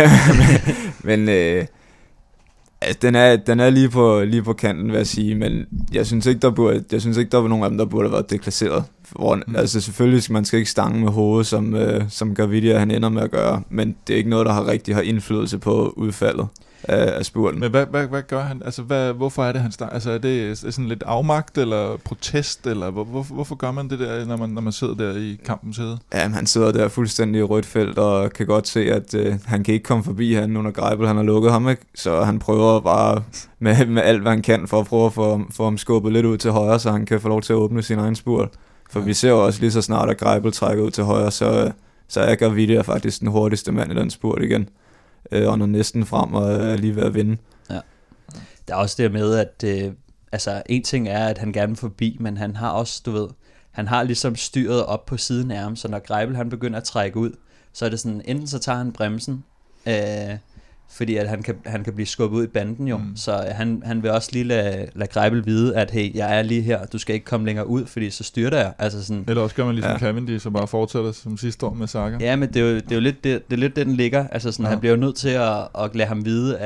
men men øh, altså, den, er, den er lige på, lige på kanten, vil jeg sige, men jeg synes ikke, der burde, jeg synes ikke, der var nogen af dem, der burde have været deklasseret. Hvor, mm. Altså selvfølgelig skal man skal ikke stange med hovedet, som, øh, som Gaviria han ender med at gøre, men det er ikke noget, der har rigtig har indflydelse på udfaldet af spurten. Men hvad, hvad, hvad gør han? Altså, hvad, hvorfor er det, han starter? Altså, er det sådan lidt afmagt, eller protest, eller hvor, hvor, hvorfor gør man det der, når man, når man sidder der i kampens hede? Ja, han sidder der fuldstændig i rødt felt, og kan godt se, at øh, han kan ikke komme forbi han under Greipel, han har lukket ham, ikke? Så han prøver bare med, med alt, hvad han kan, for at prøve at få, få ham skubbet lidt ud til højre, så han kan få lov til at åbne sin egen spurt. For ja. Vi ser jo også lige så snart, at Greipel trækker ud til højre, så, så er Gaviria faktisk den hurtigste mand i den spurt igen. Og når næsten frem og er lige ved at vinde. Ja. Der er også det med, at øh, altså en ting er, at han gerne vil forbi, men han har også, du ved, han har ligesom styret op på siden af ham, så når Greipel han begynder at trække ud, så er det sådan, enten så tager han bremsen, øh, fordi at han kan, han kan blive skubbet ud i banden jo, mm. så han, han vil også lige lade, lade Greipel vide, at hey, jeg er lige her, du skal ikke komme længere ud, fordi så styrter jeg. Altså sådan, eller også gør man ligesom ja. Cavendish, så bare fortsætter som sidste år med Saga. Ja, men det er jo, det er jo lidt, det, det er lidt det, den ligger, altså sådan, ja. Han bliver jo nødt til at, at lade ham vide, at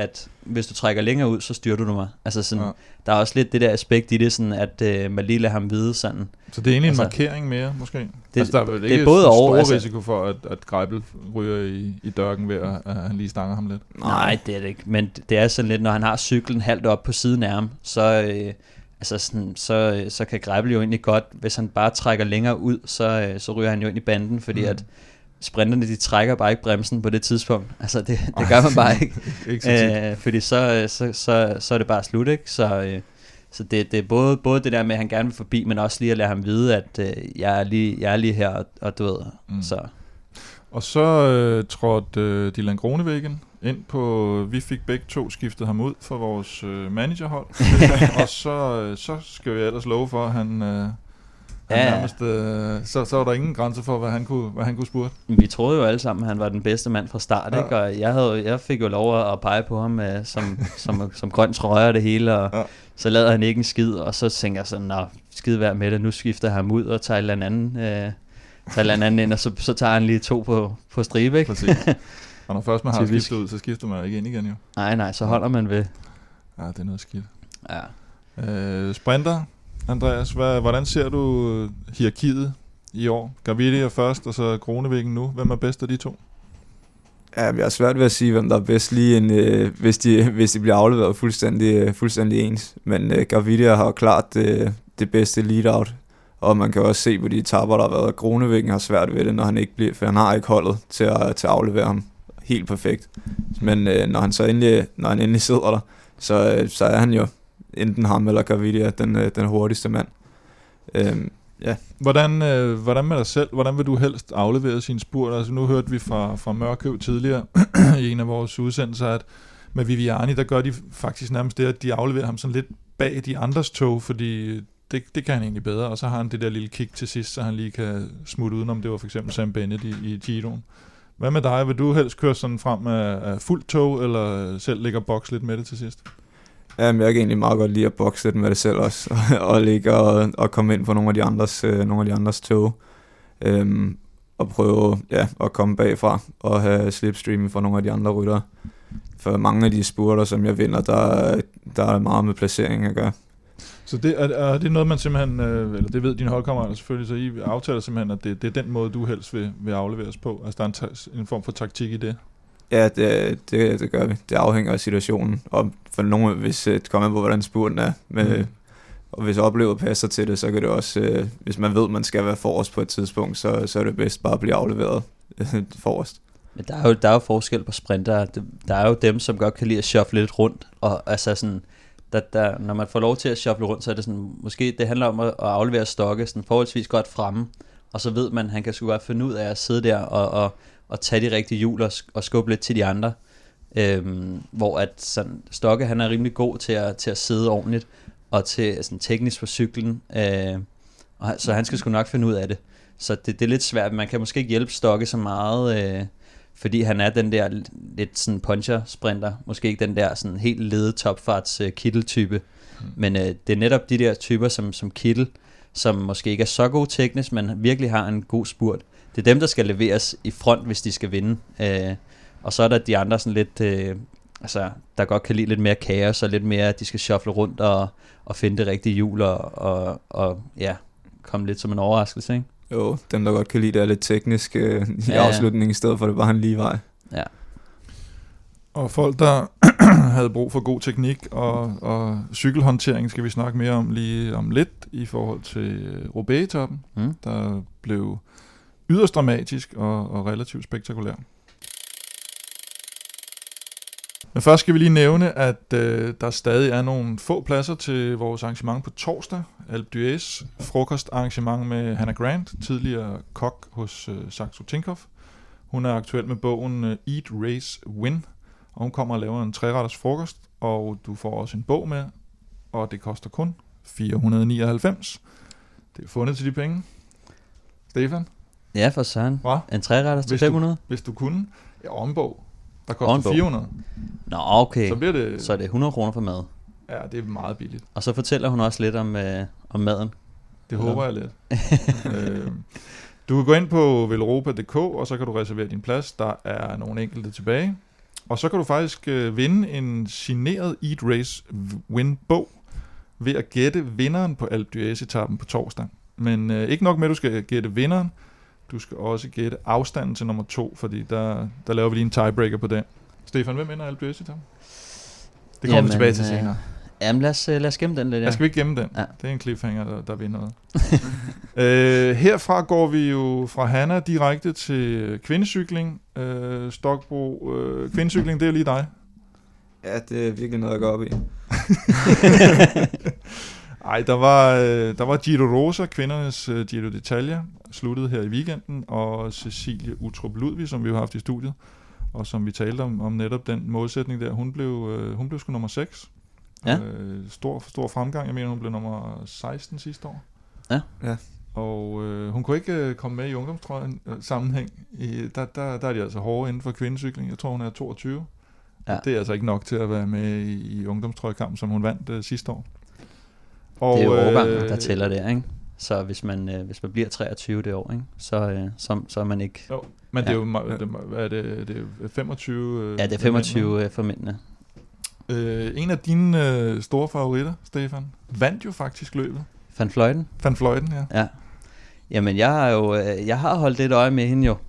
hvis du trækker længere ud, så styrter du mig. Altså sådan, Ja. der er også lidt det der aspekt i det, sådan at øh, man lige lader ham vide sådan. Så det er egentlig Altså, en markering mere, måske? det- altså, der er vel det er ikke både så og, stor altså- risiko for, at, at Greipel ryger i, i dørken ved, at, at han lige stanger ham lidt. Nej, det er det ikke. Men det er sådan lidt, når han har cyklen halvt op på siden af ham, så, øh, altså sådan, så, så kan Greipel jo egentlig godt, hvis han bare trækker længere ud, så, øh, så ryger han jo ind i banden, fordi Mm. at sprinterne, de trækker bare ikke bremsen på det tidspunkt. Altså det, det gør man bare ikke. ikke så tit. øh, fordi så, så, så, så er det bare slut, ikke? Så, øh, så det, det er både, både det der med, at han gerne vil forbi, men også lige at lade ham vide, at øh, jeg, er lige, jeg er lige her, og, og du ved, Mm. så... Og så øh, trådte øh, Dylan Groenewegen ind på, vi fik begge to skiftet ham ud for vores øh, managerhold, og så, øh, så skal jeg ellers love for, at han, øh, han Ja, ja. nærmest, øh, så, så var der ingen grænse for, hvad han kunne, hvad han kunne spurte. Vi troede jo alle sammen, at han var den bedste mand fra start, Ja. ikke? Og jeg, havde, jeg fik jo lov at pege på ham uh, som, som, som grøn trøje og det hele, og Ja. så lavede han ikke en skid, og så tænker jeg sådan, nå, skid værd med det, nu skifter jeg ham ud og tager et eller andet, uh, tager et eller andet ind, og så, så tager han lige to på, på stribe, ikke? Præcis. Og når først man har Typisk. skiftet ud, så skifter man ikke ind igen jo. Nej, nej, så holder man ved. Ja, det er noget skidt. Ja. Øh, sprinter, Andreas, hvad, hvordan ser du hierarkiet i år? Gaviria først, og så Groenewegen nu. Hvem er bedst af de to? Ja, jeg har svært ved at sige, hvem der er bedst lige, en, øh, hvis, de, hvis de bliver afleveret fuldstændig, øh, fuldstændig ens. Men øh, Gaviria har klart øh, det bedste lead-out, og man kan også se på de etapper, der har været. Groenewegen har svært ved det, når han ikke bliver, for han har ikke holdet til at, til at aflevere ham helt perfekt. Men øh, når han så endelig, når han endelig sidder der, så, øh, så er han jo enten ham eller Gaviria, den, øh, den hurtigste mand. Øhm, ja. Hvordan, øh, hvordan med dig selv? Hvordan vil du helst aflevere sin spurt? Altså nu hørte vi fra, fra Mørkøv tidligere i en af vores udsendelser, at med Viviani, der gør de faktisk nærmest det, at de afleverer ham sådan lidt bag de andres tog, fordi det, det kan han egentlig bedre, og så har han det der lille kick til sidst, så han lige kan smutte udenom. Det var for eksempel Sam Bennett i, i Giroen. Hvad med dig? Vil du helst køre sådan frem af, af fuldt tog, eller selv ligge og bokse lidt med det til sidst? Jamen, jeg kan egentlig meget godt lide at bokse lidt med det selv også, og ligge og, og komme ind på nogle af de andres, øh, nogle af de andres tog, øhm, og prøve ja, at komme bagfra og have slipstreamen fra nogle af de andre ryttere. For mange af de spurter, som jeg vinder, der, der er meget med placering at gøre. Så det, er, er det noget, man simpelthen, øh, eller det ved dine holdkammerater selvfølgelig, så I aftaler simpelthen, at det, det er den måde, du helst vil, vil afleveres på? Altså der er en, ta- en form for taktik i det? Ja, det, det, det gør vi. Det afhænger af situationen, og for nogle, hvis det kommer på, hvordan spurten er, med, mm. og hvis oplevet passer til det, så kan det også, øh, hvis man ved, man skal være forrest på et tidspunkt, så, så er det bedst bare at blive afleveret forrest. Men der er jo, der er jo forskel på sprinter. Der er jo dem, som godt kan lide at shuffle lidt rundt, og altså sådan, der, der, når man får lov til at shuffle rundt, så er det sådan, måske det handler om at, at aflevere stokke sådan forholdsvis godt fremme, og så ved man, han kan sgu godt finde ud af at sidde der og, og, og tage de rigtige hjul og, og skubbe lidt til de andre. Øhm, hvor at sådan, Stokke, han er rimelig god til at, til at sidde ordentligt, og til sådan, teknisk på cyklen, øh, og, så han skal sgu nok finde ud af det. Så det, det er lidt svært, man kan måske ikke hjælpe Stokke så meget, øh, fordi han er den der lidt sådan puncher-sprinter, måske ikke den der sådan helt lede topfarts øh, Kittel-type, mm. men øh, det er netop de der typer som, som Kittel, som måske ikke er så god teknisk, men virkelig har en god spurt. Det er dem, der skal leveres i front, hvis de skal vinde. Øh, og så er der de andre sådan lidt, øh, altså, der godt kan lide lidt mere kaos, og lidt mere, at de skal shuffle rundt og, og finde det rigtige hjul, og, og, og ja, komme lidt som en overraskelse, ikke? Jo, dem der godt kan lide det er lidt teknisk øh, i Ja, ja. afslutningen, i stedet for det bare en lige vej. Ja. Og folk, der havde brug for god teknik og, og cykelhåndtering, skal vi snakke mere om lige om lidt i forhold til Roubaix-etappen, Mm. der blev yderst dramatisk og, og relativt spektakulær. Men først skal vi lige nævne, at øh, der stadig er nogle få pladser til vores arrangement på torsdag. Alpe d'Huez frokostarrangement med Hannah Grant, tidligere kok hos øh, Saxo Tinkoff. Hun er aktuel med bogen øh, Eat, Race, Win, og hun kommer og laver en treretters frokost, og du får også en bog med, og det koster kun fire hundrede nioghalvfems. Det er fundet til de penge. Stefan, Ja, for søren. Hva? En træretter til Hvis fem hundrede? hvis du kunne, ja, og en bog, der Og koster en bog. fire hundrede, Nå, okay. så bliver det, Så er det hundrede kroner for mad. ja, det er meget billigt. Og så fortæller hun også lidt om, øh, om maden. Det Ja. håber jeg lidt. øh, du kan gå ind på velropa punktum d k, og så kan du reservere din plads. Der er nogle enkelte tilbage. Og så kan du faktisk øh, vinde en signeret Eat Race Win-bog ved at gætte vinderen på Alpe d'Huez-etappen på torsdag. Men øh, ikke nok med, at du skal gætte vinderen. Du skal også gætte afstanden til nummer to, fordi der, der laver vi lige en tiebreaker på den. Stefan, hvem vinder Alpe d'Huez-etappen? Det kommer vi tilbage til senere. Jamen lad os, lad os gemme den lidt. Ja. Jeg skal vi ikke gemme den? Ja. Det er en cliffhanger, der, der vinder noget. øh, herfra går vi jo fra Hanna direkte til kvindecykling. Øh, Stokbro, øh, kvindecykling, det er lige dig. Ja, det er virkelig noget at gå op i. Ej, der var, øh, der var Giro Rosa, kvindernes øh, Giro d'Italia, sluttede her i weekenden, og Cecilie Utrup Ludvig, som vi jo har haft i studiet, og som vi talte om, om netop den målsætning der, hun blev, øh, hun blev sgu nummer seks. Ja. Øh, stor, stor fremgang, jeg mener, hun blev nummer seksten sidste år. Ja. Ja. Og øh, hun kunne ikke øh, komme med i ungdomstrøjen øh, sammenhæng. I, der, der, der er de altså hårde inden for kvindecykling. Jeg tror, hun er toogtyve. Ja. Det er altså ikke nok til at være med i, i ungdomstrøjkampen, som hun vandt øh, sidste år. Og, det er jo årgangen, øh, der tæller der, ikke? Så hvis man, øh, hvis man bliver treogtyve det år, ikke? Så, øh, så, så er man ikke... Jo, men ja. det er jo det, hvad er det, det er femogtyve... Øh, ja, det er femogtyve for mændene. Øh, en af dine øh, store favoritter, Stefan, vandt jo faktisk løbet. Van Vleuten? Van Vleuten, ja. Ja. Jamen, jeg har jo øh, jeg har holdt lidt øje med hende jo.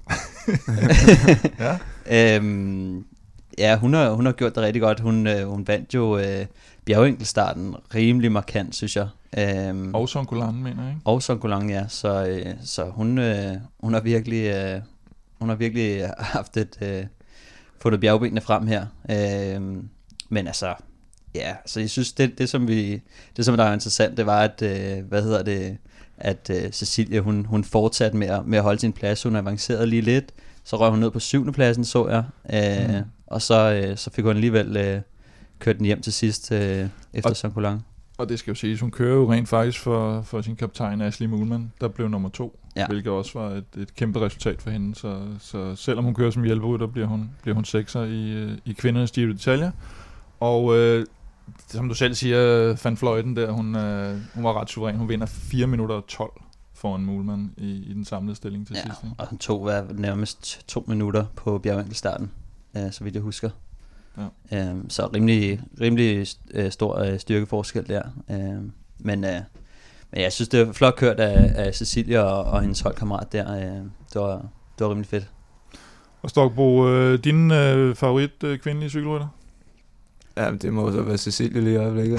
Ja. øhm, ja, hun har, hun har gjort det rigtig godt. Hun, øh, hun vandt jo øh, bjergenkeltstarten rimelig markant, synes jeg. Øhm, Og Songolan, mener jeg, ikke? Og Songolan, ja. Så, øh, så hun, øh, hun har virkelig øh, hun har virkelig haft et øh, fundet bjergbenene frem her. Øhm, men altså, ja, så jeg synes, det, det som vi, det som der er interessant, det var, at, øh, hvad hedder det, at øh, Cecilie, hun, hun fortsatte med at, med at holde sin plads. Hun avancerede lige lidt, så røg hun ned på syvende pladsen, så jeg, øh, mm. og så, øh, så fik hun alligevel øh, kørt den hjem til sidst øh, efter Songolan. Og det skal jo siges, hun kører jo rent faktisk for, for sin kaptajn Ashley Moolman, der blev nummer to, ja. Hvilket også var et, et kæmpe resultat for hende. Så, så selvom hun kører som hjælperytter, bliver hun, bliver hun sekser i, i kvindernes Giro d'Italia. Og øh, som du selv siger, Van Vleuten der, hun, øh, hun var ret suveræn. Hun vinder fire minutter og tolv foran Moolman i, i den samlede stilling til ja, sidst. Ikke? Og han tog hvad, nærmest to minutter på bjergenkeltstarten, øh, så vidt jeg husker. Ja. Øh, så rimelig, rimelig øh, stor øh, styrkeforskel der. Øh, men, øh, men jeg synes, det var flot kørt af, af Cecilie og, og hendes holdkammerat der. Øh, det, var, det var rimelig fedt. Og Stokbro, øh, din øh, favorit øh, kvindelige cykelrytter? Ja, det må så være Cecilie lige i øjeblikket.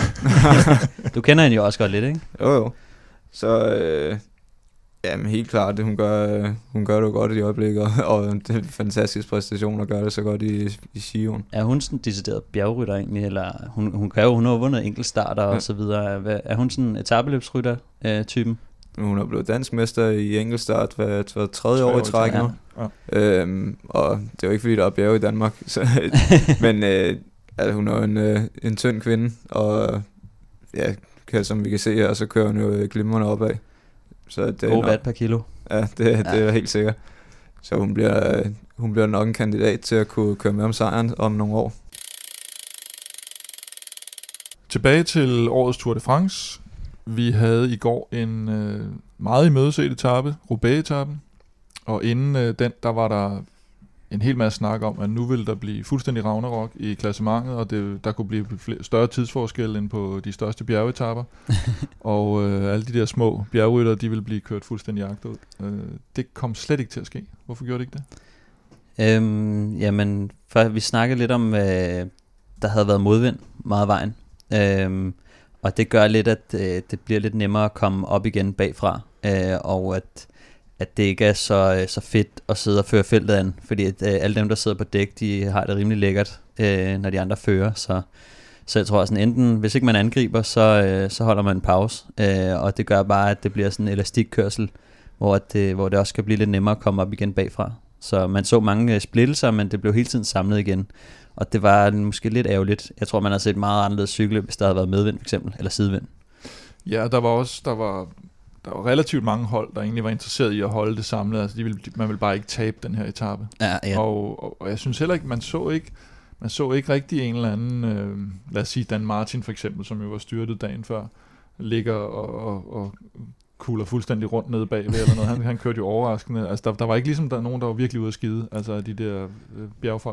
Du kender hende jo også godt lidt, ikke? Jo, jo. Så, øh, jamen helt klart, det, hun, gør, øh, hun gør det jo godt i øjeblikket, og, og det er en fantastisk præstation at gøre det så godt i, i Sion. Er hun sådan en decideret bjergrytter egentlig, eller hun, hun kan jo, hun har vundet enkeltstarter ja. og så videre. Hvad, er hun sådan en etapeløbsrytter øh, typen? Hun er blevet dansk mester i enkeltstart hver, hver tredje år i træk nu. Ja. Øhm, og det er jo ikke fordi, der er bjerge i Danmark, så, men øh, altså, hun er en, øh, en tynd kvinde, og ja, kan, som vi kan se her, så kører hun jo glimrende opad. Så det God watt per kilo. Ja, det, det ja. er helt sikkert. Så hun bliver, hun bliver nok en kandidat til at kunne køre med om sejren om nogle år. Tilbage til årets Tour de France. Vi havde i går en øh, meget imødeset etape, Roubaix-etappen. Og inden øh, den, der var der en hel masse snak om, at nu ville der blive fuldstændig ragnarok i klassementet, og det, der kunne blive flere, større tidsforskel end på de største bjergetapper. Og øh, alle de der små bjergrytter, de ville blive kørt fuldstændig jagt ud. Øh, det kom slet ikke til at ske. Hvorfor gjorde det ikke det? Øhm, jamen, for vi snakkede lidt om, øh, der havde været modvind meget vejen. Øhm, og det gør lidt, at øh, det bliver lidt nemmere at komme op igen bagfra. Øh, og at at det ikke er så, så fedt at sidde og føre feltet an, fordi at, øh, alle dem, der sidder på dæk, de har det rimelig lækkert, øh, når de andre fører, så, så jeg tror sådan enten, hvis ikke man angriber, så, øh, så holder man en pause, øh, og det gør bare, at det bliver sådan en elastikkørsel, hvor det, hvor det også kan blive lidt nemmere at komme op igen bagfra. Så man så mange splittelser, men det blev hele tiden samlet igen, og det var måske lidt ærgerligt. Jeg tror, man har set meget anderledes cykelløb, hvis der havde været medvind for eksempel, eller sidevind. Ja, der var også, der var... Der var relativt mange hold, der egentlig var interesseret i at holde det samlet. Altså, de ville, man ville bare ikke tabe den her etape. Ja, ja. Og, og, og jeg synes heller ikke, man så ikke, man så ikke rigtig en eller anden, øh, lad os sige Dan Martin for eksempel, som jo var styrtet dagen før, ligger og, og, og kugler fuldstændig rundt nede bagved eller noget. Han, han kørte jo overraskende. Altså, der, der var ikke ligesom der nogen, der var virkelig ude at skide, altså de der øh, bjergfolk.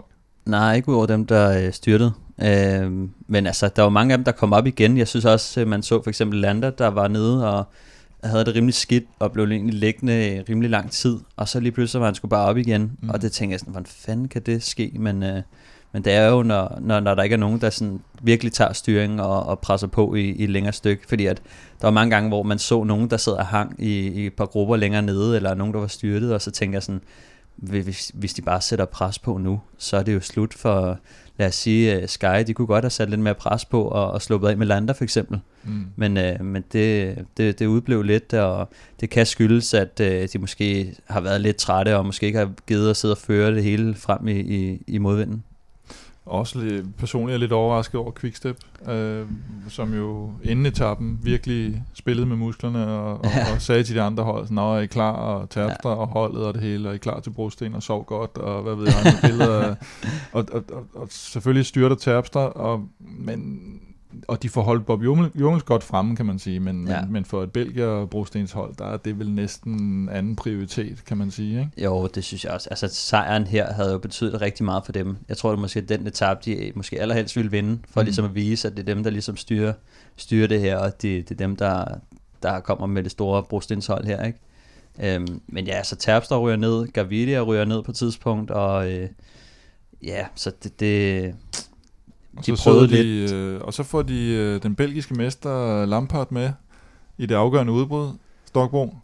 Nej, ikke udover dem, der øh, styrtede. Øh, men altså, der var mange af dem, der kom op igen. Jeg synes også, man så for eksempel Landa, der var nede og havde det rimelig skidt, og blev egentlig liggende rimelig lang tid. Og så lige pludselig var han skulle bare op igen. Mm. Og det tænkte jeg sådan, hvordan fanden kan det ske? Men, øh, men det er jo, når, når, når der ikke er nogen, der sådan virkelig tager styringen og, og presser på i, i et længere stykke. Fordi at der var mange gange, hvor man så nogen, der sad og hang i, i et par grupper længere nede, eller nogen, der var styrtet, og så tænker jeg sådan, hvis, hvis de bare sætter pres på nu, så er det jo slut for, lad os sige, uh, Sky, de kunne godt have sat lidt mere pres på og, og sluppet af med Landa for eksempel. Mm. Men, uh, men det, det, det udblev lidt, og det kan skyldes, at uh, de måske har været lidt trætte, og måske ikke har givet at sidde og føre det hele frem i, i, i modvinden. Også lidt, personligt er lidt overrasket over Quickstep, øh, som jo inden etappen virkelig spillede med musklerne og, og, ja. og sagde til de andre hold, nå, er I klar, og Terpstra ja. og holdet og det hele, og I klar til brosten og sov godt, og hvad ved jeg, med billeder. og, og, og, og selvfølgelig styrter Terpstra, og, men, og de får holdt Bob Jungels godt fremme, kan man sige, men, ja. men, men for et Belgier og brostens hold, der er det vel næsten anden prioritet, kan man sige, ikke? Jo, det synes jeg også. Altså sejren her havde jo betydet rigtig meget for dem. Jeg tror, det måske den etape, de måske allerhelst ville vinde, for mm. ligesom at vise, at det er dem, der ligesom styrer, styrer det her, og det, det er dem, der, der kommer med det store brostens hold her, ikke? Øhm, men ja, så Terpstra ryger ned, Gaviria ryger ned på et tidspunkt, og øh, ja, så det... det Og de så, prøvede de, lidt. øh, og så får de øh, den belgiske mester Lampard med i det afgørende udbrud, Stokbro.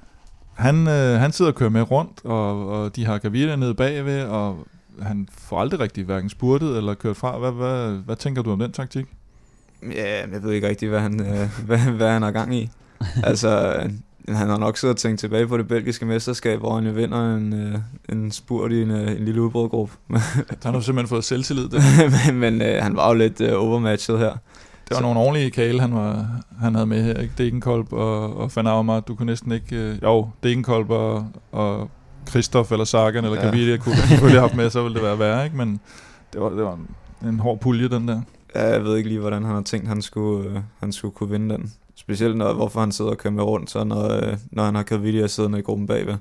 Han, øh, han sidder og kører med rundt, og, og de har Gaviria nede bagved, og han får aldrig rigtig hverken spurtet eller kørt fra. Hvad, hvad, hvad tænker du om den taktik? Ja, jeg ved ikke rigtig, hvad han, øh, hvad, hvad han har gang i. Altså, han har nok siddet og tænkt tilbage på det belgiske mesterskab, hvor han jo vinder en, øh, en spurt i en, øh, en lille udbrudgruppe. Han har simpelthen fået selvtillid. men men øh, han var jo lidt øh, overmatchet her. Det var så nogle ordentlige kale, han, var, han havde med her, ikke? Degenkolb og, og Van Avermaet. Du kunne næsten ikke... Øh, jo, Degenkolb og, og Christoph eller Sagan eller Gaviria ja. kunne selvfølgelig have haft med, så ville det være værre, ikke? Men det var, det var en, en hård pulje, den der. Ja, jeg ved ikke lige, hvordan han har tænkt, han skulle, øh, han skulle kunne vinde den. Specielt når, hvorfor han sidder og kører med rundt, så når, øh, når han har Gaviria siddende i gruppen bagved.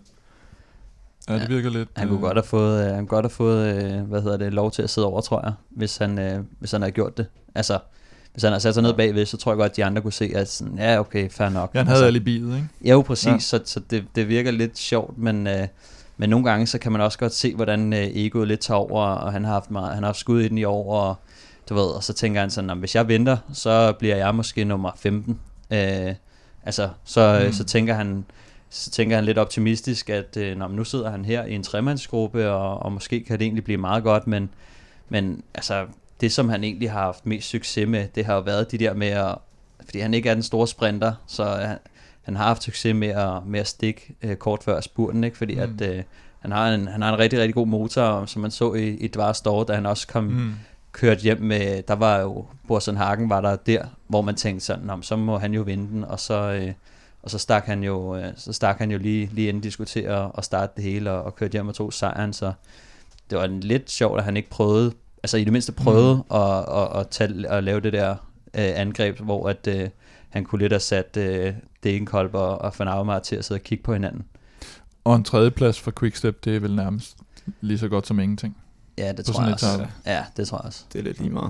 Ja, det virker lidt... Han kunne øh... godt have fået, øh, han godt have fået øh, hvad hedder det, lov til at sidde over, tror jeg, hvis han, øh, hvis han havde gjort det. Altså, hvis han havde sat sig ned bagved, så tror jeg godt, at de andre kunne se, at sådan, ja, okay, fair nok. Ja, han havde altså, alibiet, ikke? Ja, jo, præcis, ja. så, så det, det virker lidt sjovt, men, øh, men nogle gange, så kan man også godt se, hvordan øh, egoet lidt tager over, og han har haft, meget, han har haft skud i den i år, og du ved, og så tænker han sådan, hvis jeg venter, så bliver jeg måske nummer femten. Øh, altså, så, mm. så tænker han... så tænker han lidt optimistisk, at øh, når, nu sidder han her i en tremandsgruppe, og, og måske kan det egentlig blive meget godt, men, men altså, det som han egentlig har haft mest succes med, det har jo været de der med at, fordi han ikke er den store sprinter, så han, han har haft succes med at, med at stikke øh, kort før spurten, ikke? Fordi mm. at øh, han, har en, han har en rigtig, rigtig god motor, som man så i, i Dvars Store, da han også kom mm. kørt hjem med, der var jo, Boasson Hagen var der der, hvor man tænkte sådan, så må han jo vinde den, og så... Øh, Og så stak han jo, så stak han jo lige, lige inden diskutere og starte det hele og, og kørte hjem og tog sejren, så det var lidt sjovt, at han ikke prøvede, altså i det mindste prøvede mm. at, at, at, tage, at lave det der øh, angreb, hvor at, øh, han kunne lidt have sat øh, Degenkolb og, og Van Avermaet til at sidde og kigge på hinanden. Og en tredjeplads for Quickstep, det er vel nærmest lige så godt som ingenting. Ja, det tror jeg også. Ja, det tror jeg også. Det er lidt lige meget.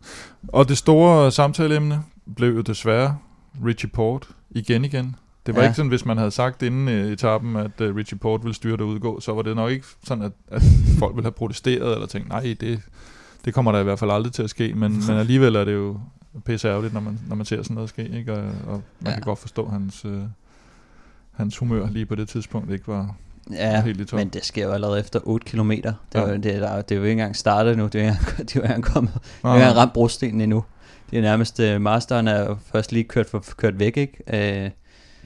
Og det store samtaleemne blev jo desværre Richie Porte igen igen. Det var ja. ikke sådan, hvis man havde sagt inden uh, etappen, at uh, Richie Porte ville styre det udgå, så var det nok ikke sådan, at, at folk ville have protesteret, eller tænkt, nej, det, det kommer der i hvert fald aldrig til at ske, men, men alligevel er det jo pisse ærgerligt, når man, når man ser sådan noget ske, ikke? Og, og man ja. kan godt forstå, at hans, uh, hans humør lige på det tidspunkt ikke var, ja, var helt i top. Men det sker jo allerede efter otte kilometer. Det er, ja. jo, det, er, det er jo ikke engang startet nu, det er jo ikke engang, det er jo ikke engang kommet, det er jo ikke engang ramt brostenen endnu. Det er nærmest, uh, masteren er jo først lige kørt, for, kørt væk, ikke? Uh,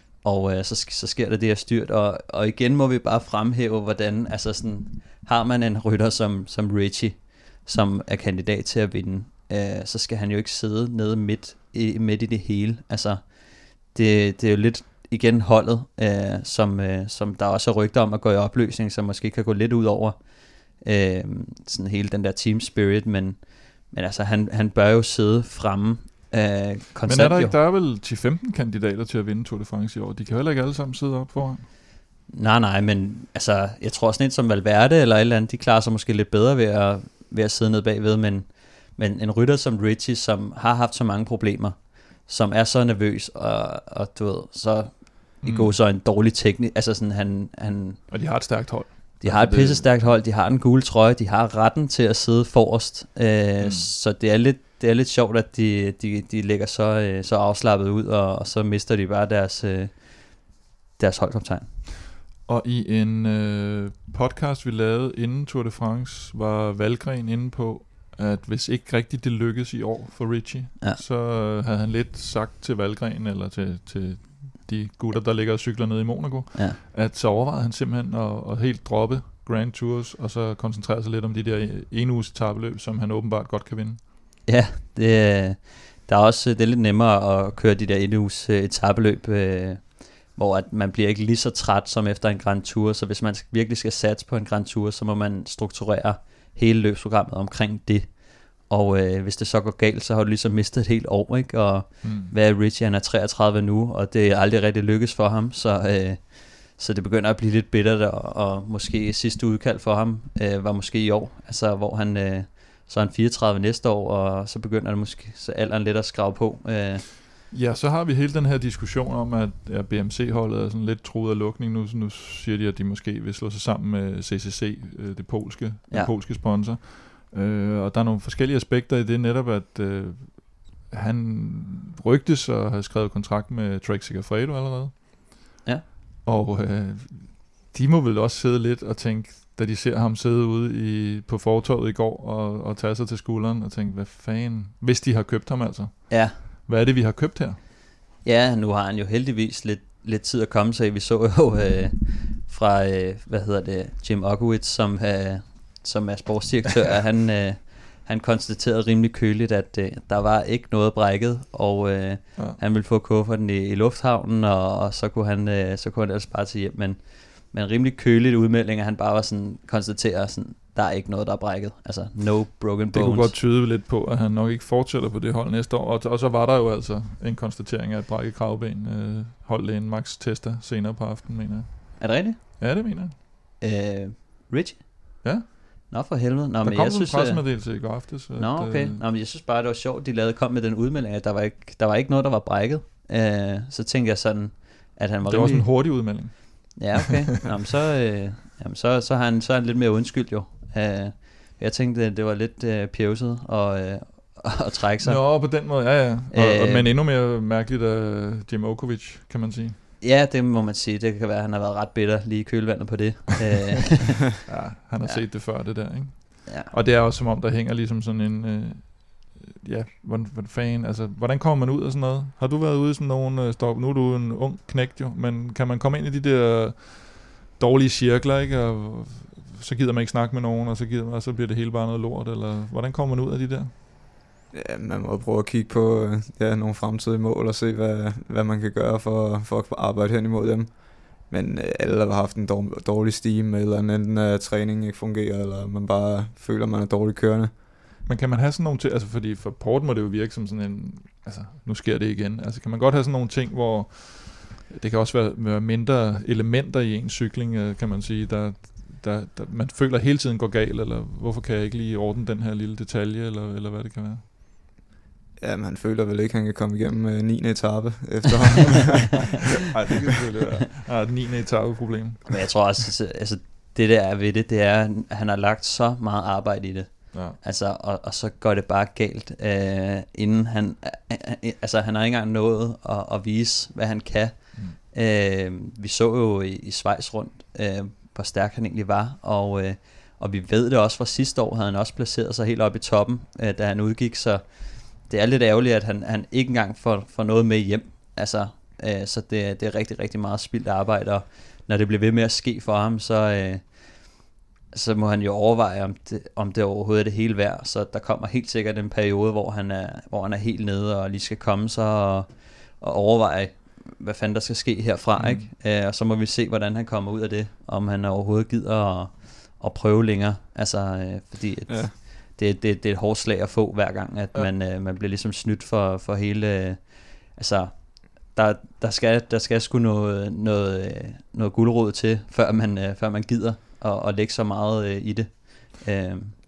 og uh, så, så sker der det her styrt, og, og igen må vi bare fremhæve, hvordan, altså sådan, har man en rytter som, som Richie, som er kandidat til at vinde, uh, så skal han jo ikke sidde nede midt i, midt i det hele. Altså, det, det er jo lidt, igen holdet, uh, som, uh, som der også er rygter om at gå i opløsning, som måske kan gå lidt ud over uh, sådan hele den der team spirit, men Men altså, han, han bør jo sidde fremme øh, konstant. Men er der ikke, der er vel ti femten kandidater til at vinde Tour de France i år? De kan heller ikke alle sammen sidde op foran. Nej, nej, men altså, jeg tror sådan et som Valverde eller et eller andet, de klarer sig måske lidt bedre ved at, ved at sidde nede bagved, men, men en rytter som Richie, som har haft så mange problemer, som er så nervøs, og, og du ved, så i Mm. går så en dårlig teknik, altså sådan, han, han Og de har et stærkt hold. de har et Altså, det- pissestærkt hold, de har en gule trøje, de har retten til at sidde forrest, øh, Mm. så det er lidt, det er lidt sjovt, at de, de, de ligger så, øh, så afslappet ud, og, og så mister de bare deres, øh, deres holdkaptajn. Og i en øh, podcast, vi lavede inden Tour de France, var Valgren inde på, at hvis ikke rigtigt det lykkedes i år for Richie, Ja. så øh, havde han lidt sagt til Valgren, eller til, til de gutter, der ligger og cykler nede i Monaco, Ja. at så overvejede han simpelthen at, at helt droppe Grand Tours, og så koncentrere sig lidt om de der en uges etabeløb, som han åbenbart godt kan vinde. Ja, det, der er også, det er lidt nemmere at køre de der en uges øh, etapeløb, øh, hvor at man bliver ikke lige så træt som efter en Grand Tour, så hvis man virkelig skal satse på en Grand Tour, så må man strukturere hele løbsprogrammet omkring det. Og øh, hvis det så går galt, så har du ligesom mistet et helt år, ikke? Og Mm. hvad er Richie? Han er treogtredive nu, og det er aldrig rigtig lykkes for ham, så, øh, så det begynder at blive lidt bittert, og, og måske sidste udkald for ham øh, var måske i år, altså hvor han, øh, så er han fireogtredive næste år, og så begynder det måske så alderen lidt at skrave på. Øh, Ja, så har vi hele den her diskussion om, at ja, B M C-holdet er sådan lidt truet af lukning nu. Så nu siger de, at de måske vil slå sig sammen med C C C, øh, det polske, ja. Ja. den polske sponsor. Øh, og der er nogle forskellige aspekter i det, netop at øh, han rygtes og har skrevet kontrakt med Trek Segafredo allerede. Ja. Og øh, de må vel også sidde lidt og tænke, da de ser ham sidde ude i, på fortovet i går og, og tage sig til skulderen og tænke, hvad fanden, hvis de har købt ham altså. ja. Hvad er det, vi har købt her? Ja, nu har han jo heldigvis lidt, lidt tid at komme sig. Vi så jo øh, fra, øh, hvad hedder det, Jim Ogowitz, som, øh, som er sportsdirektør, han, øh, han konstaterede rimelig køligt, at øh, der var ikke noget brækket, og øh, Ja. han ville få kufferten i, i lufthavnen, og, og så kunne han øh, så kunne han ellers bare til hjem. Men, men rimelig køligt udmelding, at han bare var sådan, konstaterer sådan, der er ikke noget, der er brækket. Altså, no broken Det bones. kunne godt tyde lidt på, at han nok ikke fortsætter på det hold næste år. Og, og så var der jo altså en konstatering af et brækket kravben. Øh, holdlægen Max Testa senere på aftenen, mener jeg. Er det rigtigt? Ja, det mener jeg. Øh, Richie? Ja. Nå, for helvede. Nå, Der men kom jeg en synes, øh, pressemeddelelse i går aftes. Nå, at, okay. øh, Nå, men jeg synes bare, det var sjovt, de lavede, kom med den udmelding, at der var ikke, der var ikke noget, der var brækket. Øh, så tænkte jeg sådan, at han var det var også en rimelig... hurtig udmelding. Ja, okay. Nå, men så, øh, jamen, så, så, har han, så er han lidt mere undskyldt jo. Øh, jeg tænkte, at det var lidt øh, pjevset og, øh, at trække sig. Nå, på den måde, ja, ja. Og, Øh, og, men endnu mere mærkeligt af Jim Okovic, kan man sige. Ja, det må man sige. Det kan være, at han har været ret bitter lige i kølvandet på det. øh, Ja, han har Ja. set det før, det der, ikke? ja. Og det er også som om, der hænger ligesom sådan en... Øh, ja, hvordan, hvordan fanden, altså, hvordan kommer man ud af sådan noget? Har du været ude i sådan nogen øh, stop? Nu er du en ung knægt jo, men kan man komme ind i de der dårlige cirkler, ikke? Og så gider man ikke snakke med nogen, og så, gider man, og så bliver det hele bare noget lort, eller hvordan kommer man ud af de der? Ja, man må prøve at kigge på øh, ja, nogle fremtidige mål og se, hvad, hvad man kan gøre for, for at arbejde hen imod dem. Men øh, alle har haft en dårlig, dårlig stime, eller enten at træningen ikke fungerer, eller man bare føler, man er dårligt kørende. Men kan man have sådan nogle ting, altså fordi for Port må det jo virke som sådan en, altså nu sker det igen, altså kan man godt have sådan nogle ting, hvor det kan også være, være mindre elementer i en cykling, øh, kan man sige, der, der, der man føler hele tiden går galt, eller hvorfor kan jeg ikke lige ordne den her lille detalje, eller, eller hvad det kan være? Ja, man føler vel ikke, at han kan komme igennem øh, niende etape efterhånden. Nej, det kan selvfølgelig være. Ah, et niende etape-problem. Men jeg tror også, altså, det der er ved det, det er, at han har lagt så meget arbejde i det. Ja. Altså, og, og så går det bare galt, øh, inden han, øh, øh, altså han har ikke engang nået at, at vise, hvad han kan. Mm. Øh, vi så jo i, i Schweiz rundt, øh, hvor stærk han egentlig var, og, øh, og vi ved det også fra sidste år, havde han også placeret sig helt oppe i toppen, øh, da han udgik, så det er lidt ærgerligt, at han, han ikke engang får, får noget med hjem, altså, øh, så det, det er rigtig, rigtig meget spildt arbejde, og når det bliver ved med at ske for ham, så... Øh, så må han jo overveje, om det, om det overhovedet er det hele værd. Så der kommer helt sikkert en periode, hvor han er, hvor han er helt nede, og lige skal komme sig og, og overveje, hvad fanden der skal ske herfra. Mm. Ikke? Æ, og så må vi se, hvordan han kommer ud af det, om han overhovedet gider at, at prøve længere. Altså, øh, fordi et, Ja. det, det, det er et hårdt slag at få hver gang, at ja. man, øh, man bliver ligesom snydt for, for hele... Øh, altså, der, der, skal, der skal sgu noget, noget, noget guldråd til, før man, øh, før man gider og, og lægge så meget øh, i det. Øh.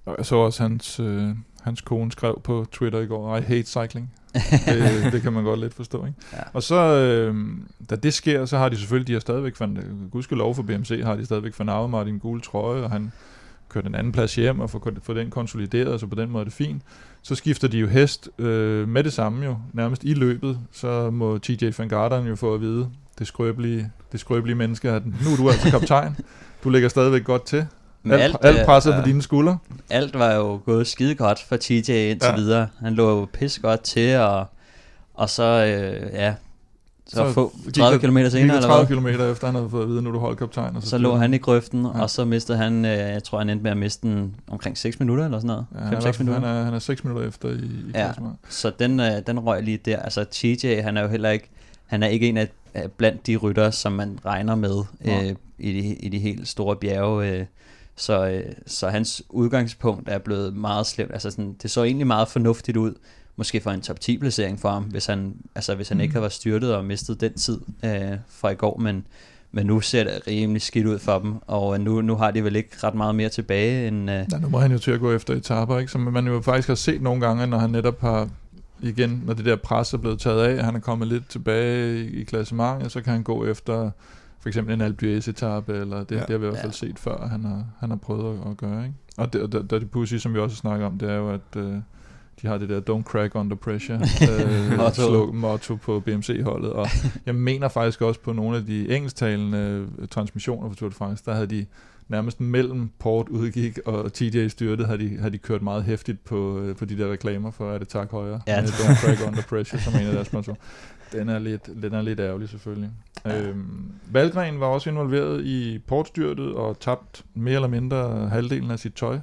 Og jeg så også hans, øh, hans kone skrev på Twitter i går, I hate cycling. det, det kan man godt lidt forstå, ikke? Ja. Og så, øh, da det sker, så har de selvfølgelig, de har stadigvæk, gudskelov for B M C, har de stadigvæk fornavnet Martin gule trøje, og han kørte en anden plads hjem og får, får den konsolideret, så på den måde er det fint. Så skifter de jo hest øh, med det samme jo, nærmest i løbet, så må T J van Garderen jo få at vide, det skrøbelige, det skrøbelige menneske, at nu er du altså kaptajn, du ligger stadigvæk godt til. Alt, alt, alt presset øh, på dine skuldre. Alt var jo gået skide godt for T J indtil ja. videre. Han lå jo pisse godt til, og, og så, øh, ja, så, så få tredive kilometer senere, eller tredive kilometer efter han havde fået at vide, nu er du holdkaptajn. Og så, så lå han i grøften, ja. og så mistede han, øh, jeg tror han endte med at miste den omkring seks minutter, eller sådan noget. Ja, han, er, minutter. Han, er, han er seks minutter efter i, i ja, så den, øh, den røg lige der. Altså T J, han er jo heller ikke, han er ikke en af blandt de ryttere, som man regner med øh, i, de, i de helt store bjerge. Øh, Så, øh, så hans udgangspunkt er blevet meget slemt. Altså sådan, det så egentlig meget fornuftigt ud, måske for en top ti placering for ham, hvis han, altså hvis han mm. ikke havde været styrtet og mistet den tid øh, fra i går, men, men nu ser det rimelig skidt ud for dem, og nu, nu har de vel ikke ret meget mere tilbage end... Øh... Ja, nu må han jo til at gå efter etaper, ikke? Som man jo faktisk har set nogle gange, når han netop har, igen, når det der pres er blevet taget af, han er kommet lidt tilbage i, i klassementet, så kan han gå efter... For eksempel en Alpe d'Huez-etape, eller det, ja. det har vi i hvert fald ja. set før, han har, han har prøvet at, at gøre. Ikke? Og det, det, det pussy, som vi også snakker om, det er jo, at øh, de har det der don't crack under pressure øh, motto. Slå, motto på B M C-holdet. Og jeg mener faktisk også på nogle af de engelsktalende transmissioner for Tour de France, der havde de nærmest mellem Port udgik og T J styrtet, havde de, havde de kørt meget hæftigt på, på de der reklamer for, at det tak højere. Ja. Don't crack under pressure, som en af deres sponsorer. Den er lidt, den er lidt ærgerlig selvfølgelig. Ja. Øhm, Valgren var også involveret i portstyrtet og tabt mere eller mindre halvdelen af sit tøj.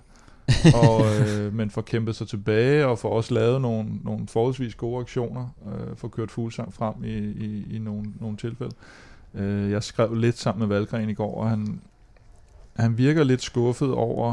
og, øh, men får kæmpet sig tilbage og får også lavet nogle, nogle forholdsvis gode aktioner. Øh, får kørt Fuglsang frem i, i, i nogle, nogle tilfælde. Øh, jeg skrev lidt sammen med Valgren i går, og han, han virker lidt skuffet over,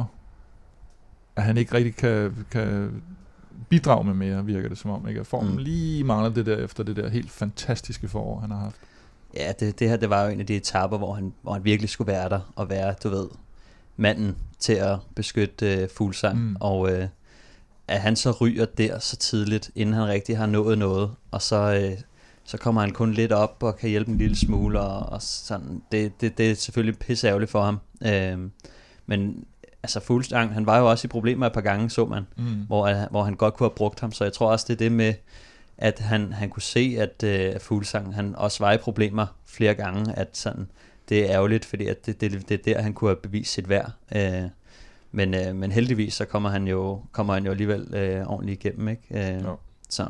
at han ikke rigtig kan... kan bidrage med mere, virker det som om, ikke? At formen mm. lige mangler det der efter det der helt fantastiske forår, han har haft. Ja, det, det her, det var jo en af de etaper, hvor han, hvor han virkelig skulle være der, og være, du ved, manden til at beskytte uh, Fuglsang, mm. og uh, at han så ryger der så tidligt, inden han rigtig har nået noget, og så, uh, så kommer han kun lidt op og kan hjælpe en lille smule, og, og sådan, det, det, det er selvfølgelig pisseærgerligt for ham. Uh, men altså Fuglsang, han var jo også i problemer et par gange, så man, mm. hvor, hvor han godt kunne have brugt ham, så jeg tror også, det er det med, at han, han kunne se, at uh, Fuglsang, han også var i problemer flere gange, at sådan, det er ærgerligt, fordi at det, det, det er der, han kunne have bevist sit værd. Uh, men, uh, men heldigvis, så kommer han jo, kommer han jo alligevel uh, ordentligt igennem, ikke? Uh, no. Så...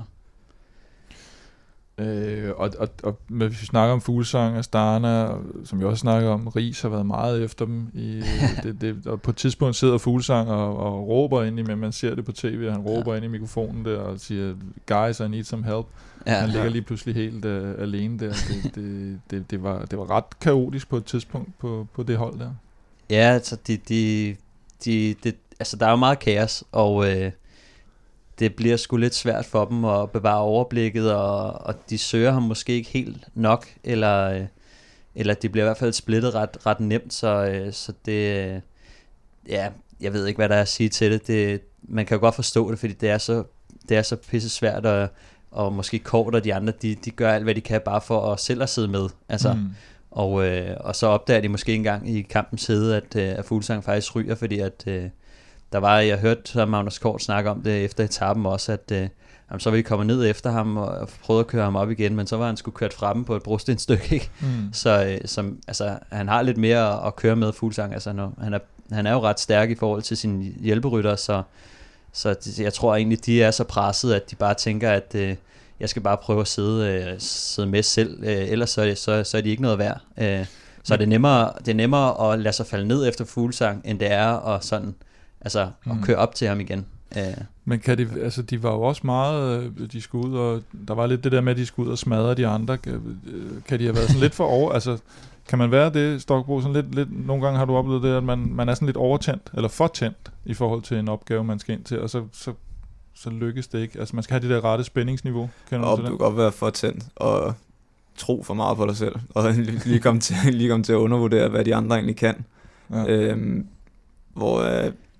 Øh, og, og, og hvis vi snakker om Fuglsang og Astana, som vi også snakker om, Riis har været meget efter dem i, det, det, og på et tidspunkt sidder Fuglsang og, og råber ind i, men man ser det på tv, og han råber ja. ind i mikrofonen der og siger, guys, I need some help. Ja, han ligger ja. lige pludselig helt uh, alene der. Det, det, det, det, var, det var ret kaotisk på et tidspunkt på, på det hold der. Ja, altså de, de, de, de, altså der er jo meget kaos, og øh, det bliver sgu lidt svært for dem at bevare overblikket, og, og de søger ham måske ikke helt nok, eller, eller de bliver i hvert fald splittet ret, ret nemt, så, så det, ja, jeg ved ikke, hvad der er at sige til det. det man kan jo godt forstå det, fordi det er så, det er så pisse svært, og, og måske Kort og de andre, de, de gør alt, hvad de kan, bare for at selv at sidde med, altså, mm. og, øh, og så opdager de måske engang i kampens hede, at, at Fuglsang faktisk ryger, fordi at øh, der var, jeg hørte Magnus Kort snakke om det efter etappen også, at øh, jamen, så ville de komme ned efter ham og prøve at køre ham op igen, men så var han sgu kørt fra dem på et brostenstykke, ikke? Mm. Så øh, som, altså, han har lidt mere at køre med Fuglsang, altså, når, han, er, han er jo ret stærk i forhold til sine hjælperytter, så, så jeg tror egentlig, de er så presset, at de bare tænker, at øh, jeg skal bare prøve at sidde, øh, sidde med selv, øh, ellers så, så, så er de ikke noget værd. Øh, så mm. det, er nemmere, det er nemmere at lade sig falde ned efter Fuglsang, end det er at sådan, altså mm. at køre op til ham igen. Uh. Men kan de, altså de var jo også meget, de skulle ud, og der var lidt det der med, at de skulle ud og smadre de andre. Kan de have været sådan lidt for over, altså kan man være det, Stokbro, sådan lidt, lidt, nogle gange har du oplevet det, at man, man er sådan lidt overtændt, eller for tændt, i forhold til en opgave, man skal ind til, og så, så, så lykkes det ikke. Altså man skal have det der rette spændingsniveau. Kan du, du kan godt være for tændt, og tro for meget på dig selv, og lige komme til, lige komme til at undervurdere, hvad de andre egentlig kan. Ja. Øhm, hvor... Øh,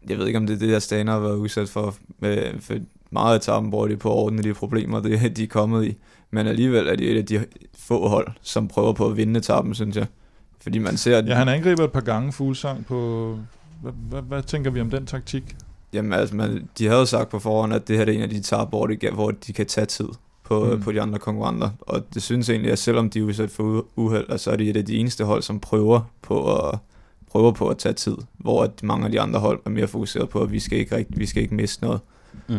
jeg ved ikke, om det er det, der Stana har været udsat for, med, for meget af etappen, hvor de er på ordentlige problemer, det de er kommet i. Men alligevel er det et af de få hold, som prøver på at vinde etappen, synes jeg. Fordi man ser... Ja, han angriber et par gange Fuglsang på... Hvad, hvad, hvad tænker vi om den taktik? Jamen altså, man, de havde sagt på forhånd, at det her er en af de etaper, hvor de, hvor de kan tage tid på, mm. på de andre konkurrenter. Og det synes egentlig, at selvom de er udsat for uheld, så er det et af de eneste hold, som prøver på at, prøver på at tage tid. Hvor at mange af de andre hold er mere fokuseret på, at vi skal ikke, rigtig, vi skal ikke miste noget. Mm.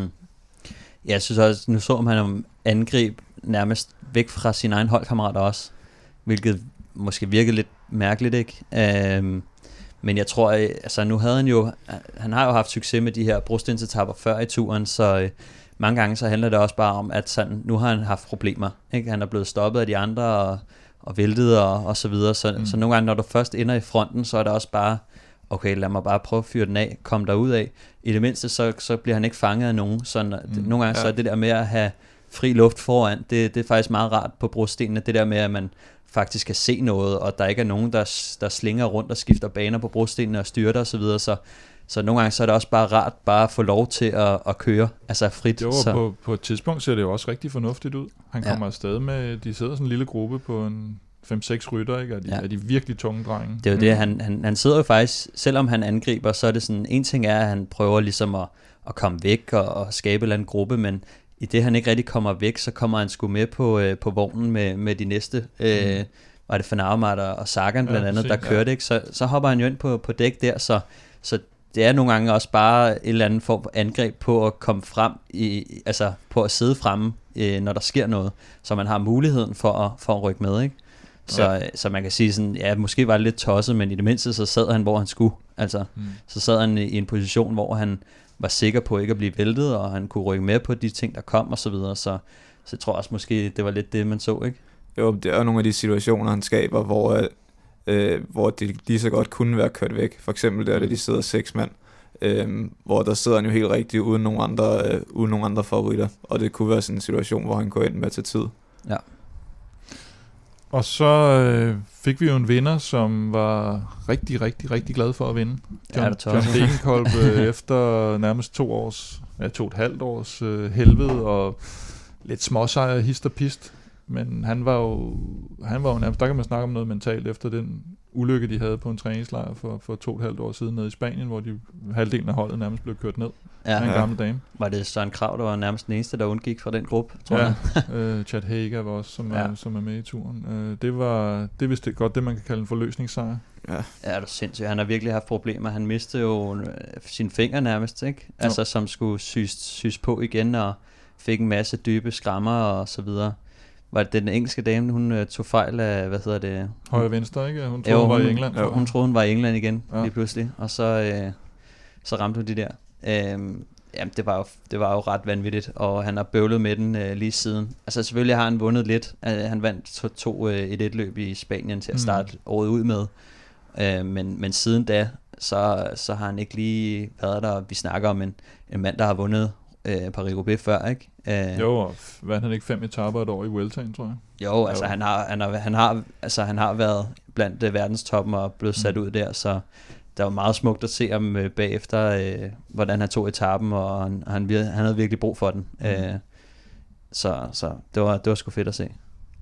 Ja, jeg synes også, nu så man om angreb nærmest væk fra sine egne holdkammerater også, hvilket måske virkede lidt mærkeligt, ikke? Øhm, men jeg tror, altså nu havde han jo, han har jo haft succes med de her brostensetapper før i turen, så øh, mange gange så handler det også bare om, at sådan, nu har han haft problemer, ikke? Han er blevet stoppet af de andre og, og væltet og, og så videre, så, mm. så nogle gange, når du først ender i fronten, så er det også bare, okay, lad mig bare prøve at fyre den af, kom derud af. I det mindste, så, så bliver han ikke fanget af nogen. Så mm, det, nogle gange ja. så er det der med at have fri luft foran, det, det er faktisk meget rart på brostenene, det der med, at man faktisk kan se noget, og der ikke er nogen, der, der slinger rundt og skifter baner på brostenene og styrter osv., så, så, så nogle gange så er det også bare rart bare at få lov til at, at køre, altså frit. Jo, så. På, på et tidspunkt ser det jo også rigtig fornuftigt ud. Han Ja. kommer afsted med, de sidder sådan en lille gruppe på en fem seks rytter, ikke? Er de, Ja. er de virkelig tunge drenge? Det er jo det, han, han, han sidder jo faktisk, selvom han angriber, så er det sådan, en ting er, at han prøver ligesom at, at komme væk og, og skabe en eller anden gruppe, men i det han ikke rigtig kommer væk, så kommer han sgu med på, øh, på vognen med, med de næste, øh, var det Van Avermaet og Sagan blandt Ja, andet, præcis, der kørte, ja. ikke? Så, så hopper han jo ind på, på dæk der, så, så det er nogle gange også bare et eller andet form for angreb på at komme frem, i, altså på at sidde fremme, øh, når der sker noget, så man har muligheden for at, for at rykke med, ikke? Så, ja. så man kan sige sådan, ja, måske var det lidt tosset, men i det mindste så sad han, hvor han skulle. Altså, mm. så sad han i en position, hvor han var sikker på ikke at blive væltet, og han kunne rykke med på de ting, der kom, og så videre. Så, så jeg tror også måske, det var lidt det, man så, ikke? Jo, det er nogle af de situationer, han skaber, hvor, øh, hvor det lige så godt kunne være kørt væk. For eksempel der, der de sidder seks mand, øh, hvor der sidder han jo helt rigtigt uden nogle andre, øh, uden nogle andre favoritter. Og det kunne være sådan en situation, hvor han går ind med til tid. Ja. Og så øh, fik vi jo en vinder, som var rigtig, rigtig, rigtig glad for at vinde. Ja, John, det er John Degenkolb øh, efter nærmest to års, ja, to og et halvt års øh, helvede og lidt småsejr, hist og pist. Men han var jo, han var jo nærmest, der kan man snakke om noget mentalt efter den ulykke, de havde på en træningslejr for, for to og et halvt år siden nede i Spanien, hvor de halvdelen af holdet nærmest blev kørt ned Ja. af en Ja. gammel dame. Var det Søren Krav, der var nærmest den eneste, der undgik fra den gruppe, tror Ja, jeg? øh, Chad Hager var også, som, ja. er, Ja. som er med i turen. Øh, det var, det er vist godt det, man kan kalde en forløsningssejr. Ja. Ja, det er sindssygt. Han har virkelig haft problemer. Han mistede jo øh, sine fingre nærmest, ikke? Altså, som skulle sys, sys på igen, og fik en masse dybe skrammer og så videre. Var det den engelske dame, hun øh, tog fejl af, hvad hedder det? Højre venstre, ikke? Hun troede, Jo, hun var hun- i England. jo. Hun troede, hun var i England igen, Ja. ja. lige pludselig. Og så, øh, så ramte hun de der. Øhm, jamen, det var, jo, det var jo ret vanvittigt, og han har bøvlet med den øh, lige siden. Altså, selvfølgelig har han vundet lidt. Uh, han vandt to, to øh, et et-løb i Spanien til at Mm. starte mm. året ud med. Uh, men, men siden da, så, så har han ikke lige været der. Vi snakker om en, en mand, der har vundet uh, Paris-Roubaix før, ikke? Uh, Jo, og f- vandt han ikke fem etaper et år i Vueltaen, tror jeg. Jo, altså Jo. han har, han har, han har, altså han har været blandt uh, verdenstoppen og blevet sat Mm. ud der, så det var meget smukt at se ham uh, bagefter, uh, hvordan han tog etappen, og han, han, vir- han havde virkelig brug for den. Mm. Uh, så så det, var, det var sgu fedt at se.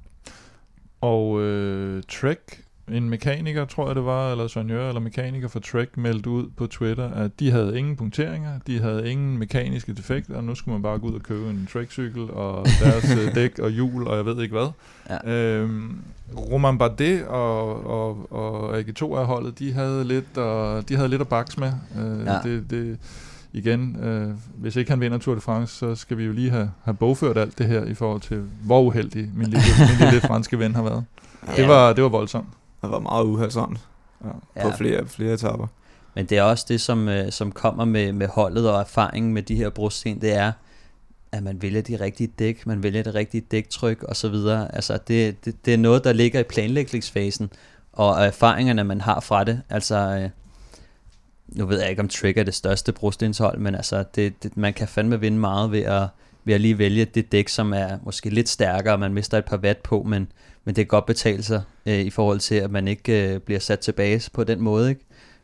Og øh, Trek, en mekaniker, tror jeg det var, eller ingeniør eller mekaniker for Trek, meldte ud på Twitter, at de havde ingen punkteringer, de havde ingen mekaniske defekter, og nu skulle man bare gå ud og købe en Trek-cykel, og deres øh, dæk og hjul, og jeg ved ikke hvad. Ja. Øhm, Romain Bardet og, og, og A G to R-holdet, de havde lidt, og, de havde lidt at bakse med. Øh, Ja. det, det, igen, øh, hvis ikke han vinder Tour de France, så skal vi jo lige have, have bogført alt det her i forhold til, hvor uheldig min lille, min lille franske ven har været. Ja. Det var, det var voldsomt. Han var meget uheldssomt Ja. på Ja. flere, flere etaper. Men det er også det, som, øh, som kommer med, med holdet og erfaringen med de her brosten, det er, at man vælger de rigtige dæk, man vælger det rigtige dæktryk og så videre. Altså det, det, det er noget, der ligger i planlægningsfasen, og erfaringerne, man har fra det. Altså, øh, nu ved jeg ikke, om Trek er det største brostenshold, men altså, det, det, man kan fandme vinde meget ved at, ved at lige vælge det dæk, som er måske lidt stærkere, man mister et par watt på, men, men det kan godt betale sig øh, i forhold til, at man ikke øh, bliver sat tilbage på den måde, ikke?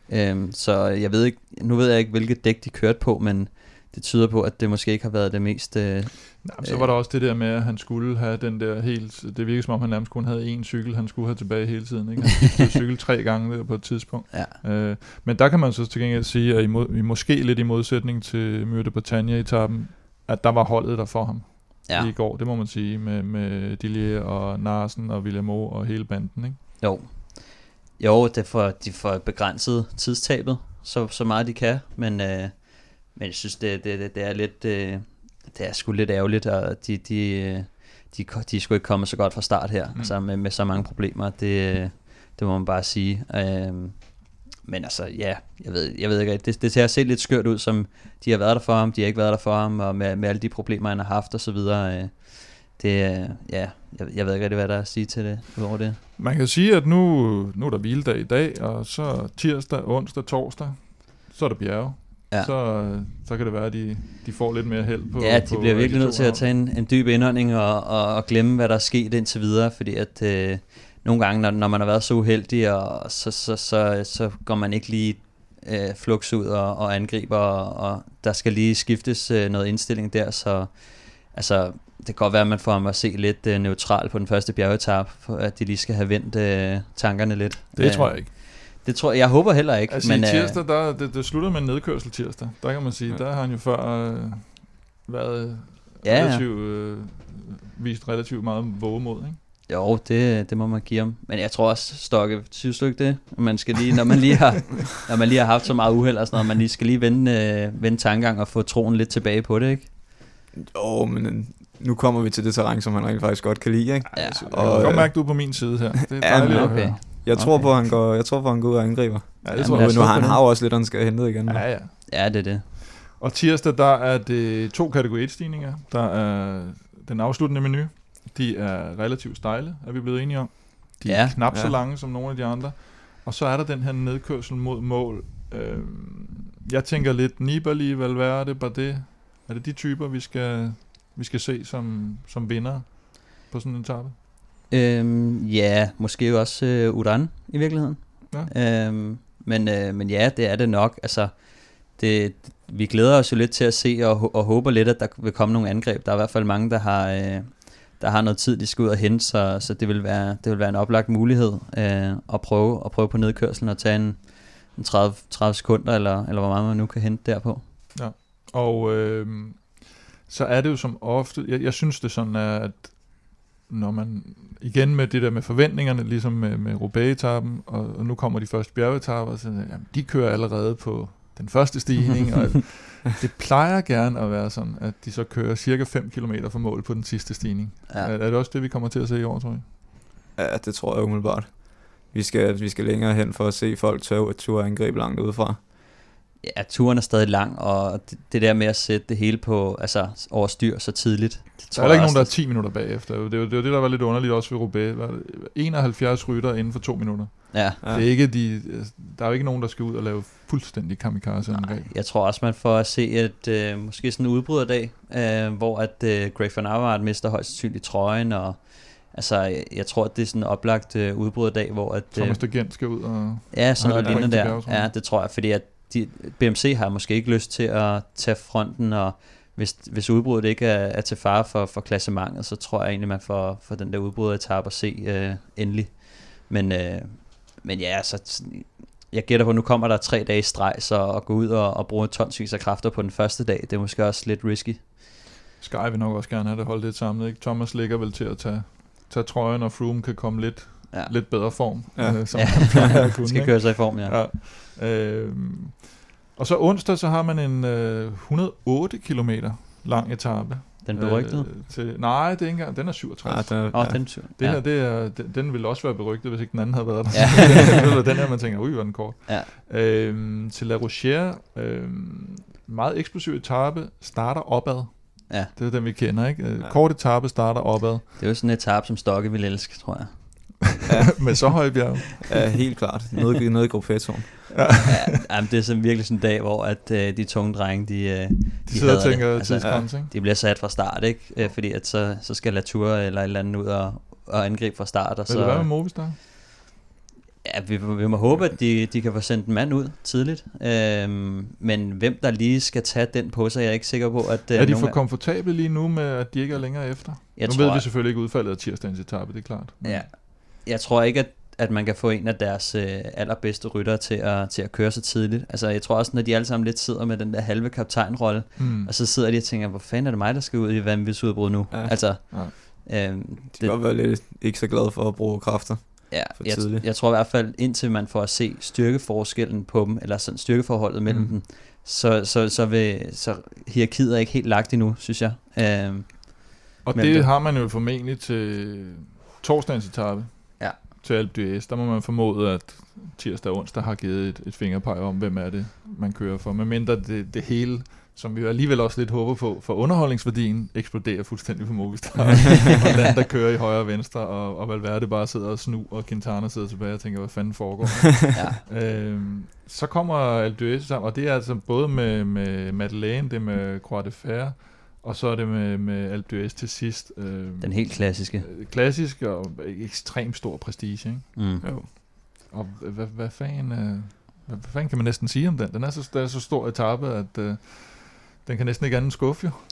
Øhm, så jeg ved ikke, nu ved jeg ikke, hvilket dæk de kørte på, men det tyder på, at det måske ikke har været det mest... Øh, Nej, så var der også det der med, at han skulle have den der helt... Det virker som om, han nærmest kun havde én cykel, han skulle have tilbage hele tiden. Ikke? Han skiftede cykel tre gange der på et tidspunkt. Ja. Øh, men der kan man så til gengæld sige, at i, mod, i måske lidt i modsætning til Mur de Bretagne-etappen, at der var holdet der for ham Ja. i går. Det må man sige, med, med Dillier og Narsen og Villemot og hele banden, ikke? Jo. Jo, det får, de får begrænset tidstabet, så, så meget de kan, men, øh, men jeg synes, det, det, det er lidt... Øh, det er sgu lidt ærgerligt, og de, de, de, de er sgu ikke kommet så godt fra start her, mm. altså med, med så mange problemer, det, det må man bare sige. Øhm, men altså, ja, jeg ved, jeg ved ikke, det, det ser set lidt skørt ud, som de har været der for ham, de har ikke været der for ham, og med, med alle de problemer, han har haft og så videre. Øh, det, ja, jeg, jeg ved ikke rigtig, hvad der er at sige til det, udover det. Man kan sige, at nu, nu er der hviledag i dag, og så tirsdag, onsdag, torsdag, så er der bjerge. Ja. Så, så kan det være, at de, de får lidt mere held på... Ja, de på, bliver virkelig de nødt til at tage en, en dyb indånding og, og, og glemme, hvad der er sket indtil videre, fordi at øh, nogle gange, når, når man har været så uheldig, og så, så, så, så går man ikke lige øh, flux ud og, og angriber, og, og der skal lige skiftes øh, noget indstilling der, så altså, det kan godt være, at man får ham at se lidt øh, neutral på den første bjergetap, for at de lige skal have vendt øh, tankerne lidt. Det øh, tror jeg ikke. Det tror jeg, jeg håber heller ikke. Altså men, i tirsdag, der, det, det slutter med en nedkørsel tirsdag. Der kan man sige, ja. Der har han jo før øh, været ja, relativt, øh, vist relativt meget vågemod, ikke? Jo, det, det må man give ham. Men jeg tror også, Stokke, synes du ikke det? Man skal lige, når man lige har, når man lige har haft så meget uheld og sådan noget, man lige skal lige vende, øh, vende tankegang og få troen lidt tilbage på det, ikke? Jo, men nu kommer vi til det terræn, som han rent faktisk godt kan lide, ikke? Ja. Altså, jeg kan godt mærke, du er på min side her. Det er dejligt ja, at okay. høre. Jeg tror okay. på, han går, jeg tror på, han går ud og angriber. Ja, det ja, tror jeg. Nu, nu har han har jo også lidt, han skal hente igen. Ja, ja. Ja, det er det. Og tirsdag, der er det to kategori et-stigninger. Der er den afsluttende menu. De er relativt stejle, er vi blevet enige om. De er ja. knap ja. så lange som nogle af de andre. Og så er der den her nedkørsel mod mål. Øhm, jeg tænker lidt Nibali, Valverde, Bardet. Er det de typer, vi skal, vi skal se som, som vinder på sådan en etape? Øhm, ja, måske jo også øh, Uran i virkeligheden. Ja. Øhm, men, øh, men ja, det er det nok. Altså, det, vi glæder os jo lidt til at se og, og håber lidt, at der vil komme nogle angreb. Der er i hvert fald mange, der har, øh, der har noget tid, de skal ud og hente, så, så det, vil være, det vil være en oplagt mulighed øh, at, prøve, at prøve på nedkørslen og tage en, en tredive, tredive sekunder, eller, eller hvor meget man nu kan hente derpå. Ja, og øh, så er det jo som ofte, jeg, jeg synes det sådan er, at når man, igen med det der med forventningerne, ligesom med, med Roubaix-etappen, og, og nu kommer de første bjergetapper, så jamen, de kører allerede på den første stigning, og det plejer gerne at være sådan, at de så kører cirka fem kilometer fra mål på den sidste stigning. Ja. Er, er det også det, vi kommer til at se i år, tror jeg? Ja, det tror jeg umiddelbart. Vi skal, vi skal længere hen for at se folk tørre tur angreb langt udefra. Ja, turen er stadig lang, og det, det der med at sætte det hele på, altså over styr så tidligt. Det der er ikke nogen, der er ti minutter bagefter. Det er jo det, er det, der var lidt underligt også ved Roubaix. enoghalvfjerds rytter inden for to minutter. Ja. Det er ikke de, der er jo ikke nogen, der skal ud og lave fuldstændig kamikaze-angreb. Jeg tror også, man får at se et øh, måske sådan en udbryderdag, øh, hvor at øh, Greg van Avermaet mister højst sandsynligt trøjen, og altså, jeg, jeg tror, at det er sådan en oplagt øh, udbryderdag, hvor at... Øh, Thomas de Gent skal ud og... Ja, sådan og noget lignende der. Ja, det tror jeg, fordi at de, B M C har måske ikke lyst til at tage fronten, og hvis, hvis udbruddet ikke er, er til fare for, for klassementet, så tror jeg egentlig, man får, får den der udbryderetape at se øh, endelig. Men, øh, men ja, altså, jeg gætter på, at nu kommer der tre dage i streg, så at gå ud og, og bruge tonsvis af kræfter på den første dag, det er måske også lidt risky. Sky vil nok også gerne have det holdt lidt samlet, ikke? Thomas ligger vel til at tage, tage trøjen, og Froome kan komme lidt, ja. lidt bedre form. Ja, øh, som ja. han kunne, skal køre sig i form, ja. ja. Øh, og så onsdag, så har man en øh, et hundrede og otte kilometer lang etape. Den berygtede? Øh, til, nej, det er ikke engang. Den er syvogtres. Ja, den, oh, ja. den, det her, ja. det er, den, den ville også være berygtet, hvis ikke den anden havde været der. Ja. Den her, man tænker, ui, var den kort. Ja. Øh, til La Rochère, øh, meget eksplosiv etape, starter opad. Ja. Det er den, vi kender, ikke? Ja. Kort etape starter opad. Det er jo sådan en etape, som Stokke vil elske, tror jeg. Ja. Med så høje bjerg. Ja, helt klart. Noget, noget i gruppe fem. Ja. Ja, det er sådan virkelig sådan en dag, hvor at, uh, de tunge drenge, de, uh, de, de sidder og tænker tidsgrænse, ja, de bliver sat fra start, ikke? Uh, fordi at så, så skal Latour eller et eller andet ud og, og angribe fra start. Og Vil så, det være med Movistar? Ja, vi, vi må håbe, at de, de kan få sendt en mand ud tidligt. Øhm, men hvem der lige skal tage den på sig, jeg er ikke sikker på, at... Er de for af... komfortable lige nu med, at de ikke er længere efter? Jeg nu tror, ved vi selvfølgelig ikke udfaldet af tirsdagens etape, det er klart. Men... Ja, jeg tror ikke, at, at man kan få en af deres øh, allerbedste ryttere til at, til at køre så tidligt. Altså, jeg tror også, når de alle sammen lidt sidder med den der halve kaptajnrolle, mm. og så sidder de og tænker, hvor fanden er det mig, der skal ud i vanvidsudbrud nu? Ja. Altså, ja. Øhm, de kan godt være lidt ikke så glade for at bruge kræfter. Ja, jeg, jeg tror i hvert fald, indtil man får at se styrkeforskellen på dem, eller sådan styrkeforholdet mellem mm. dem, så, så, så, vil, så hierarkiet er ikke helt lagt endnu, synes jeg. Øhm, og det, det har man jo formentlig til torsdagens etape, ja. til Alpe d'Huez. Der må man formode, at tirsdag og onsdag har givet et, et fingerpeg om, hvem er det, man kører for. Men mindre det, det hele, som vi jo alligevel også lidt håber på, for underholdningsværdien eksploderer fuldstændig for Movistar. Og land, der kører i højre og venstre, og, og Valverde bare sidder og snu, og Quintana sidder tilbage og tænker, hvad fanden foregår. ja. øhm, så kommer Alpe d'Huez sammen, og det er altså både med, med Madeleine, det er med Croix de Fer, og så er det med, med Alpe d'Huez til sidst. Øhm, Den helt klassiske. Klassisk og ekstremt stor prestige, ikke? Mm. Jo. Og hvad, hvad fanden... Øh, Hvad fanden kan man næsten sige om den? Den er så, den er så stor etape, at øh, den kan næsten ikke anden skuffe, jo.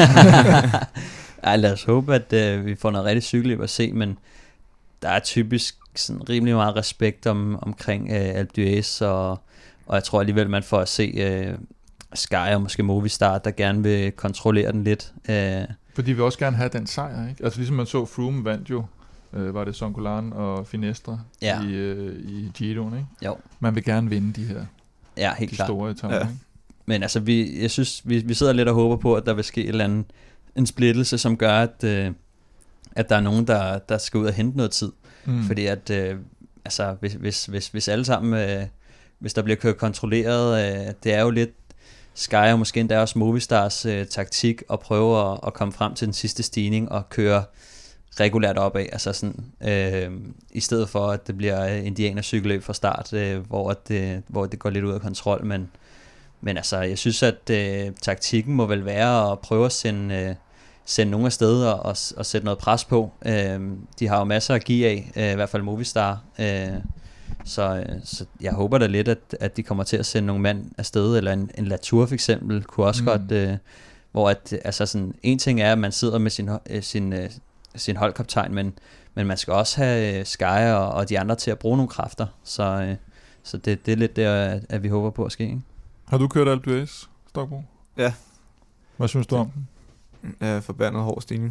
Ej, lad os håbe, at øh, vi får noget rigtig cykelløb at se, men der er typisk sådan rimelig meget respekt om, omkring øh, Alpe d'Huez, og, og jeg tror alligevel, man får at se øh, Sky og måske Movistar, der gerne vil kontrollere den lidt. Øh. Fordi vi også gerne have den sejr, ikke? Altså ligesom man så, Froome vandt jo, Øh, var det Songolan og Finestre ja. i, øh, i Giroen, ikke? Jo. Man vil gerne vinde de her ja, helt de klart. store etaper, ja. ikke? Men altså, vi, jeg synes, vi, vi sidder lidt og håber på, at der vil ske et eller andet, en splittelse, som gør, at, øh, at der er nogen, der, der skal ud og hente noget tid. Mm. Fordi at, øh, altså, hvis, hvis, hvis, hvis alle sammen, øh, hvis der bliver kørt kontrolleret, øh, det er jo lidt Sky og måske endda også Movistars øh, taktik at prøve at, at komme frem til den sidste stigning og køre regulært opad, altså sådan, øh, i stedet for, at det bliver indianercykelløb fra start, øh, hvor, det, hvor det går lidt ud af kontrol, men, men altså, jeg synes, at øh, taktikken må vel være at prøve at sende, øh, sende nogle af steder og, og sætte noget pres på. Øh, de har jo masser at give af, øh, i hvert fald Movistar, øh, så, så jeg håber da lidt, at, at de kommer til at sende nogle mand afsted, eller en, en Latour for eksempel, kunne også mm. godt, øh, hvor at, altså sådan, en ting er, at man sidder med sin, øh, sin øh, sin holdkaptajn, men, men man skal også have Sky og, og de andre til at bruge nogle kræfter, så, øh, så det, det er lidt der, at, at vi håber på at ske, ikke? Har du kørt Alpe d'Huez, Stokbro? Ja. Hvad synes du om den? Ja, forbandet hård stigning.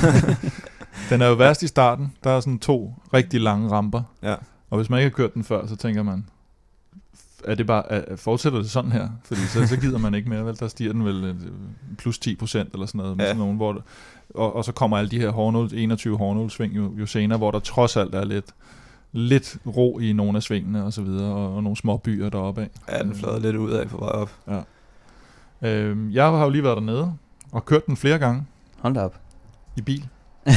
Den er jo værst i starten, der er sådan to rigtig lange ramper, ja. Og hvis man ikke har kørt den før, så tænker man, er det bare, er, fortsætter det sådan her? Fordi så, så gider man ikke mere, vel? Der stiger den vel plus ti procent eller sådan noget, med ja. Sådan nogen, hvor, og, og så kommer alle de her hårnål, enogtyve hårnålsving jo, jo senere, hvor der trods alt er lidt, lidt ro i nogle af svingene og så videre, og, og nogle små byer deroppe af. Ja, den flader lidt ud af på vej op. Ja. Øhm, jeg har jo lige været dernede, og kørt den flere gange. Hold da op. I bil.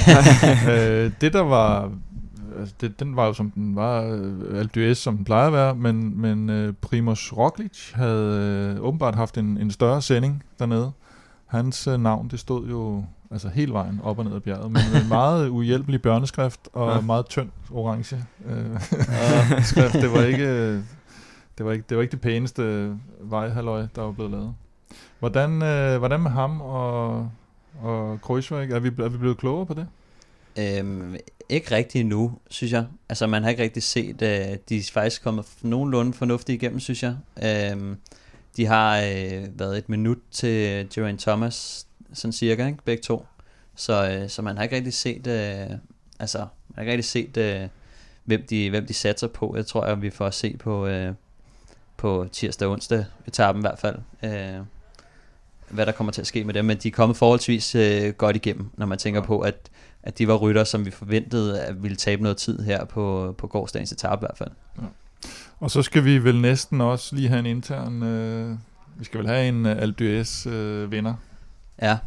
øh, det der var... Altså det, den var jo som den var, øh, Alpe d'Huez som den plejer at være, men, men øh, Primož Roglič havde øh, åbenbart haft en, en større sending dernede. Hans øh, navn, det stod jo altså hele vejen op og ned ad bjerget, men med meget uhjælpelig børneskrift og ja. Meget tynd orange øh, skrift. Det var ikke det var ikke det var ikke det pæneste vejhalløj, der var blevet lavet. Hvordan øh, hvordan med ham og og Kruijswijk? Er vi er vi blevet klogere på det? Øhm, ikke rigtig endnu, synes jeg. Altså man har ikke rigtig set, øh, de er faktisk kommet nogenlunde fornuftigt igennem, synes jeg. Øhm, de har øh, været et minut til Geraint Thomas, sådan cirka, ikke? Begge to. Så, øh, så man har ikke rigtig set, øh, altså man har ikke rigtig set, øh, hvem, de, hvem de satser på. Jeg tror, at vi får at se på, øh, på tirsdag og onsdag etapen i hvert fald. Øh, hvad der kommer til at ske med dem, men de er kommet forholdsvis øh, godt igennem, når man tænker ja. På, at at de var rytter, som vi forventede, at ville tabe noget tid her på, på gårsdagens etape i hvert fald. Ja. Og så skal vi vel næsten også lige have en intern, øh, vi skal vel have en uh, Alpe d'Huez øh, vinder. Ja.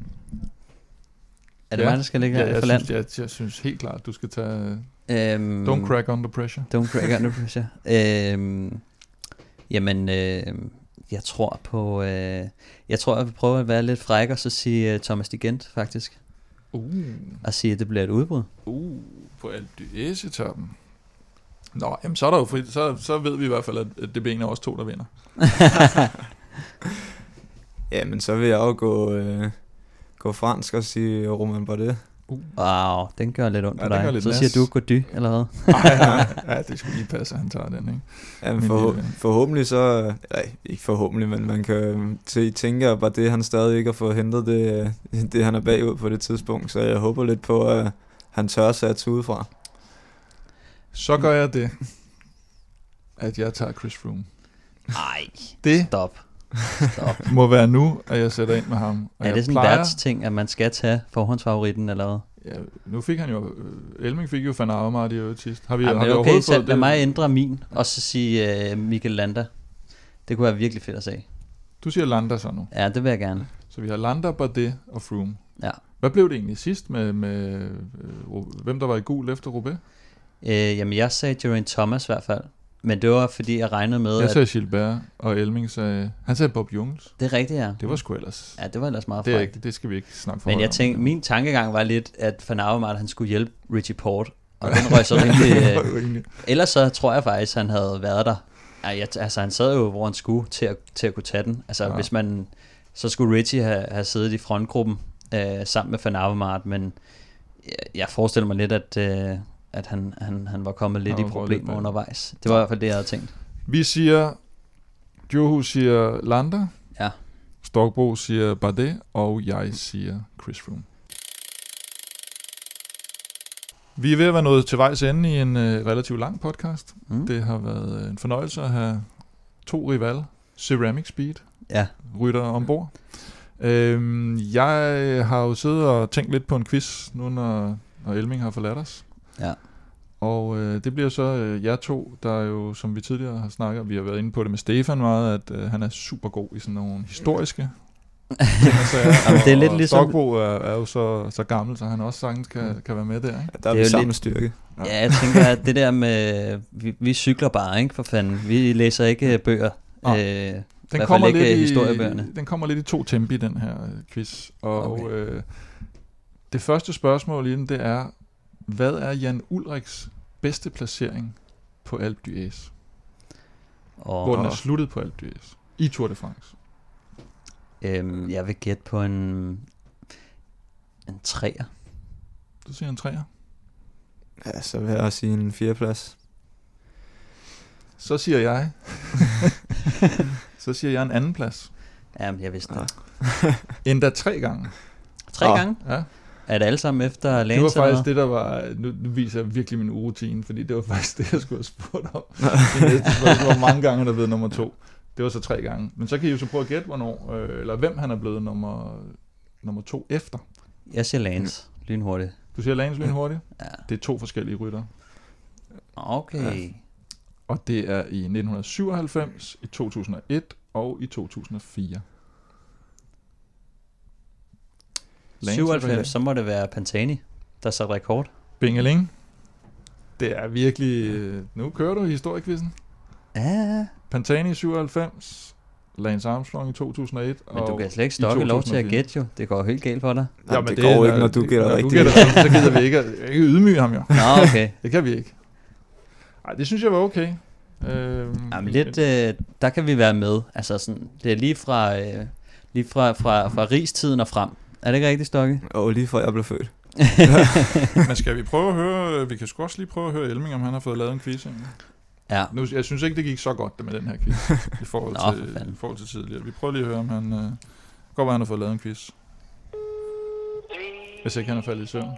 Er det ja. mig, der skal ligge ja, her jeg for land? Synes, jeg, jeg synes helt klart, at du skal tage øhm, Don't Crack Under Pressure. Don't Crack Under Pressure. øhm, jamen, øh, jeg tror på, øh, jeg tror, jeg vil prøve at være lidt fræk og så sige uh, Thomas de Gent, faktisk. Uh. Og sige, at det bliver et udbrud. Uh, på Alpe d'Huez-etappen. Nå, jamen så er der jo fri, så, så ved vi i hvert fald, at, at det bliver en af os to, der vinder. Ja, men så vil jeg jo gå, øh, gå fransk og sige Romain Bardet. Uh. Wow, den gør lidt ondt Ja, på den gør dig. lidt Så nas. siger du Gody, eller hvad? Ej, ja, ja, det skulle lige passe, at han tager den, ikke? Ja, men Men forhå- det- forhåbentlig så... Nej, ikke forhåbentlig, men man kan til tænke, at Bardet han stadig ikke har fået hentet det, øh, det, han er bagud på det tidspunkt. Så jeg håber lidt på, at han tør satse udefra. Så gør jeg det, at jeg tager Chris Froome. Nej, Det stop. Stop. må være nu, at jeg sætter ind med ham. Og Er jeg det sådan en plejer- værtsting, at man skal tage forhåndsfavoritten, eller hvad? Ja, nu fik han jo... øh, Elming fik jo Van Avermaet i øvrigt sidst. Har vi, Ja, har men vi okay, overhovedet så fået lad det? mig ændre min, og så sige uh, Mikel Landa. Det kunne være virkelig fedt at se. Du siger Landa så nu. Ja, det vil jeg gerne. Så vi har Landa, Bardet og Froome. Ja. Hvad blev det egentlig sidst med, med øh, hvem der var i gul efter Roubaix? Øh, jamen, jeg sagde Geraint Thomas i hvert fald. Men det var, fordi jeg regnede med, Jeg at... sagde Gilbert, og Elming sagde... Han sagde Bob Jungels. Det er rigtigt, ja. Det var sgu ellers... Ja, det var ellers meget Det, er frækt. ikke, det skal vi ikke snakke for Men højt jeg om. tænkte, min tankegang var lidt, at Van Avermaet, han skulle hjælpe Richie Porte. Og den røg så rimelig... øh, Rimelig. Ellers så tror jeg faktisk, han havde været der. Ja, jeg, altså, han sad jo, hvor han skulle til at, til at kunne tage den. Altså, Ja. ja. hvis man... Så skulle Richie have, have siddet i frontgruppen øh, sammen med Van Avermaet, men jeg, jeg forestiller mig lidt, at, øh, at han, han, han var kommet lidt Han i var problemer lidt bag. undervejs. Det var i hvert fald det, jeg havde tænkt. Vi siger... Johu siger Landa. Ja. Stokbro siger Bardet. Og jeg siger Chris Froome. Vi er ved at være nået til vejs ende i en øh, relativt lang podcast. Mm. Det har været øh, en fornøjelse at have to rival, Ceramic Speed, Ja. rytter ombord. Øhm, jeg har jo siddet og tænkt lidt på en quiz, nu når, når Elming har forladt os. Ja. Og øh, det bliver så øh, jer to, der jo, som vi tidligere har snakket om, vi har været inde på det med Stefan meget, at øh, han er super god i sådan nogle historiske ting og sager. Jamen, det er lidt Og ligesom- Stokbro er, er jo så, så gammel, så han også sagtens kan, kan være med der, ikke? Ja, der er Det er vi jo sammen lidt- styrke. Ja, jeg tænker, at det der med... Vi, vi cykler bare, ikke, for fanden. Vi læser ikke bøger. Nå. Øh, Den hvert kommer, fald ikke lidt i, historiebøgerne. den kommer lidt i to tempi, den her øh, quiz. Og Okay. øh, det første spørgsmål i den, det er, hvad er Jan Ulrichs bedste placering på Alpe d'Huez? og, Hvor den er sluttet på Alpe d'Huez i Tour de France. øhm, jeg vil gætte på en... En træer. Du siger en træer. Ja, så vil jeg sige en fjerdeplads. Så siger jeg... så siger jeg en anden plads. Jamen, jeg vidste det. Endda tre gange. Tre Ah. gange? Ja. Er det alle sammen efter Det var Lance? faktisk eller det, der var... Nu, nu viser jeg virkelig min urutine, fordi det var faktisk det, jeg skulle have spurgt om. Det næste spørgsmål, hvor mange gange han er blevet nummer to. Det var så tre gange. Men så kan I jo så prøve at gætte, hvornår, øh, eller hvem han er blevet nummer, nummer to efter. hvad? Jeg siger Lance. Lynhurtigt. Du siger Lance lynhurtigt. Ja. Det er to forskellige rytter. Okay. Og det er i nitten syvoghalvfems, i to tusind og et og i to tusind og fire. Lance syvoghalvfems, så må det være Pantani, der satte rekord. Bingeling. Det er virkelig... øh, Nu kører du historiekvisten. Ja, Pantani i syvoghalvfems, Lance Armstrong i to tusind og et. men og du kan slet ikke i stokke lov til at to tusind og fire. gætte jo. Det går helt galt for dig. Nej, Jamen, det, det går jo ikke, når du det- gætter når rigtigt. Du gætter rigtigt, så gider vi ikke, at- ikke ydmyge ham jo. Nå, okay. Det kan vi ikke. Nej, det synes jeg var okay. Øhm, Jamen lidt, øh, der kan vi være med. Altså sådan, det er lige fra, øh, lige fra, fra, fra rigstiden og frem. Er det ikke rigtigt, Stokke? Og lige før jeg blev født. Men skal vi prøve at høre, vi kan sgu også lige prøve at høre Elming, om han har fået lavet en quiz. Egentlig. Ja. Nu, jeg synes ikke, det gik så godt det med den her quiz, i forhold, Nå, for til, fanden. i forhold til tidligere. Vi prøver lige at høre, om han... Øh, godt, han har fået lavet en quiz. Hvis ikke han er faldet i søvn.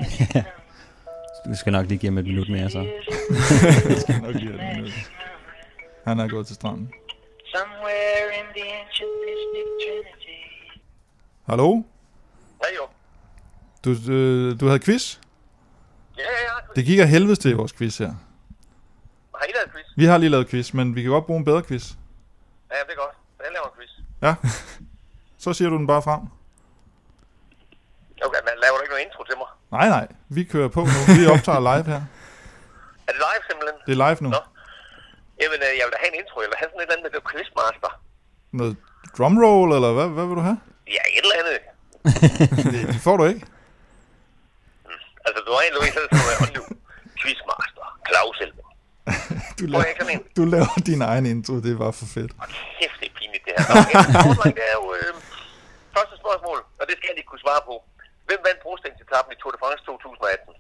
Du skal nok lige give ham et minut mere, så. Det skal nok lige have et minut. Han er gået til stranden. Somewhere in the ancient mystic trinity. Hallo? Hej jo. Du, øh, du havde quiz? Ja, ja, ja. Det gik af helvede til i vores quiz her. Har I lavet quiz? Vi har lige lavet quiz, men vi kan godt bruge en bedre quiz. Ja, det er godt. Så jeg laver en quiz. Ja. Så siger du den bare frem. Okay, men laver du ikke noget intro til mig? Nej, nej. Vi kører på nu. Vi optager live her. Er det live simpelthen? Det er live nu. Nå. Jamen, øh, jeg vil da have en intro. Jeg vil have sådan et eller andet med det quizmaster. Noget drumroll, eller hvad, hvad vil du have? Ja, et eller andet. Det, det får du ikke. Altså, du har en Louise, som er on nu. Quizmaster. Claus Elming. Du Hvor jeg kan laver, mene. du laver din egen intro, det var for fedt. Og kæft, det er pinligt, det her. Nå, okay, det er jo øh, første spørgsmål, og det skal jeg lige kunne svare på. Hvem vandt brostensetappen i Tour de France to tusind atten?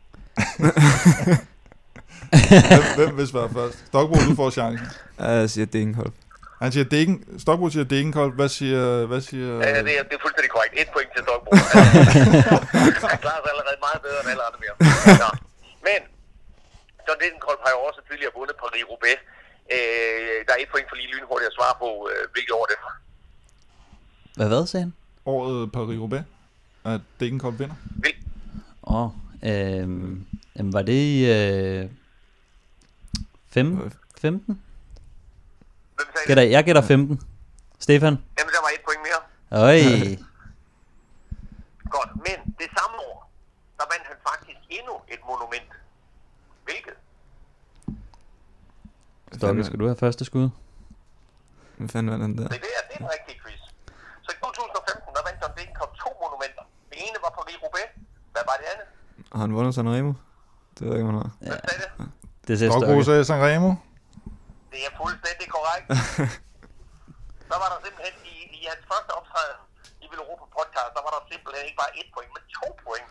Hvem, hvem vil svare først? Stokbro, du får chancen. Ja, jeg siger Degenkolb. Han siger Degen, Stokbro siger Degenkolb. Hvad siger... Hvad siger Ja, det er, det er fuldstændig korrekt. Et point til Stokbro. Han klarer sig allerede meget bedre end alle andre mere. Ja. Men John Degenkolb har jo også tidligere vundet Paris-Roubaix. Øh, der er et point for lige lynhurtigt at svare på, øh, hvilket år det var. Hvad hvad, sagde han? året Paris-Roubaix, at Degenkolb vinder? Hvil? Åh, oh, øhm, jamen var det i øh, femten? femten? Hvem sagde det? Gætter, jeg gætter femten. Stefan? Jamen, der var et point mere. Øj. Godt, men det samme år, der vandt han faktisk endnu et monument. Hvilket? Stokke, skal du have første skud? Hvad fanden var den der? Det er, det er en rigtig quiz. Så i to tusind og femten, der vandt John Degenkolb to monumenter. Det ene var Paris-Roubaix. Hvad var det andet? Har han vundet Sanremo? Det ved jeg ikke, om han har. Hvem sagde det? Det ser Stokbro Stokke. sagde Sanremo. Det er fuldstændig korrekt. Så var der simpelthen i, i hans første optræden i Vel Europa podcast, der var der simpelthen ikke bare et point, men to point.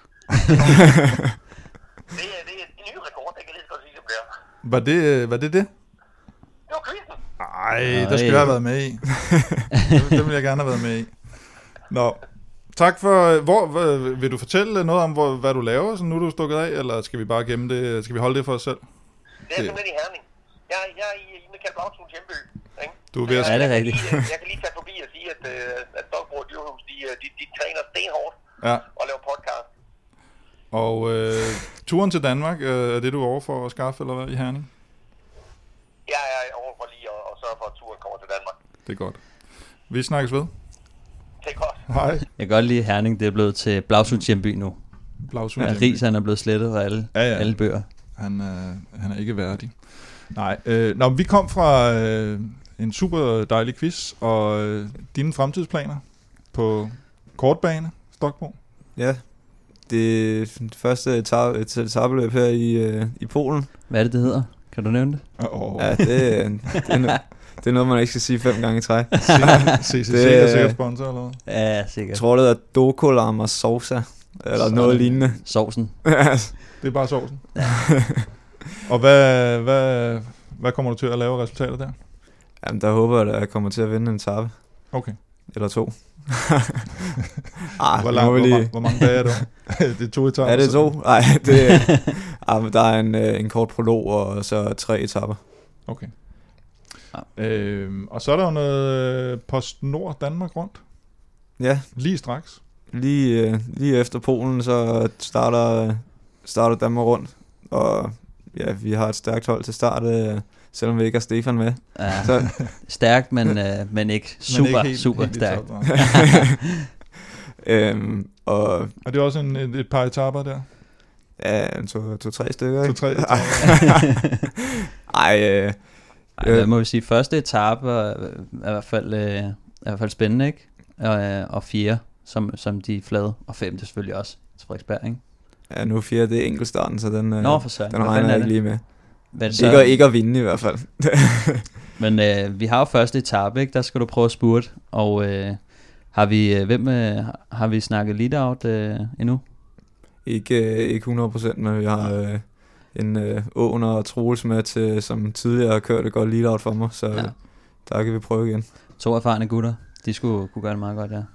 det, er, det er en ny rekord, det kan jeg lige så godt sige, det bliver. Var det var det? det? Det var quizzen. Ej, der skulle jeg have været med i. det, det vil jeg gerne have været med i. Nå, tak for... Hvor, hvor, vil du fortælle noget om, hvor, hvad du laver, så nu er du stukket af, eller skal vi bare gemme det? Skal vi holde det for os selv? Det er simpelthen i Herning. Jeg, jeg er i, i Michael Blautuns hjemby. Ikke? Du er ved at... Ja, det er rigtigt. Jeg, jeg kan lige tage forbi og sige, at, uh, at Stokbro og Dyrhus, de, de, de træner stenhårdt Ja, og laver podcast. og øh, turen til Danmark, øh, er det du er over for at skaffe, eller hvad, i Herning? Jeg er over for lige at, at sørge for, at turen kommer til Danmark. Det er godt. Vi snakkes ved. Det er godt. Hej. Jeg kan godt lide Herning, det er blevet til Blausuds hjemby nu. Blausun. Ja, Ries, han er blevet slettet fra alle, Ja, ja. alle bøger. Han, øh, han er ikke værdig. Nej, øh, nå, vi kom fra øh, en super dejlig quiz, og øh, dine fremtidsplaner på kortbane, Stokbro. Ja, det er den første etape, et etabeløb her i, øh, i Polen. Hvad er det, det hedder? Kan du nævne det? Oh, Ja, det, er- det, er no- det er noget, man ikke skal sige fem gange i træk. C C C Det, er øh, sikkert sponsor, eller hvad? Ja, Jeg sikkert. tror, det er Dokolam og Sousa, eller Sådan. noget lignende. Sovsen. Det er bare sovsen. Og hvad, hvad, hvad kommer du til at lave resultater der? Jamen, der håber jeg, at jeg kommer til at vinde en etape. Okay. Eller to. ah, Hvor, det lang, må vi hvor, lige... ma- hvor mange dage er det? det er to etaper. Er det to? Nej, det ah, men der er en, øh, en kort prolog og så tre etapper. Okay. Øhm, og så er der jo noget øh, PostNord Danmark rundt. Ja, Lige straks. lige, øh, lige efter Polen, så starter, starter Danmark rundt. Og ja, vi har et stærkt hold til start, øh, selvom vi ikke har Stefan med. Ja, Så, stærkt, men, øh, men ikke super, Men ikke helt, super helt i stærkt. top, nej. øhm, og Og det er også en, et, et par etaper der. ja, to, to tre stykker, To, ikke? tre etaper. Ej, øh, Ej, hvad må vi sige? Første etape er, er i hvert fald, øh, er i hvert fald spændende, ikke? Og, øh, og fire, som, som de flade. Og fem, det er selvfølgelig også til Frederiksberg, ikke? ja, nu er fire, det er enkeltstarten, så den, øh, Nå, for søren. den Hvad regner fanden jeg er ikke det? lige med. Hvad er det så? Ikke, at- ikke at vinde i hvert fald. Men øh, vi har jo første etape, ikke? Der skal du prøve at spurte. Og øh, har vi øh, hvem øh, har vi snakket lead-out øh, endnu? Ikke, øh, ikke hundrede procent, men vi har øh, en øh, Åen og Troels med, til, som tidligere har kørt et godt lead-out for mig, så Ja. ja. Der kan vi prøve igen. To erfarne gutter. De skulle kunne gøre det meget godt, ja.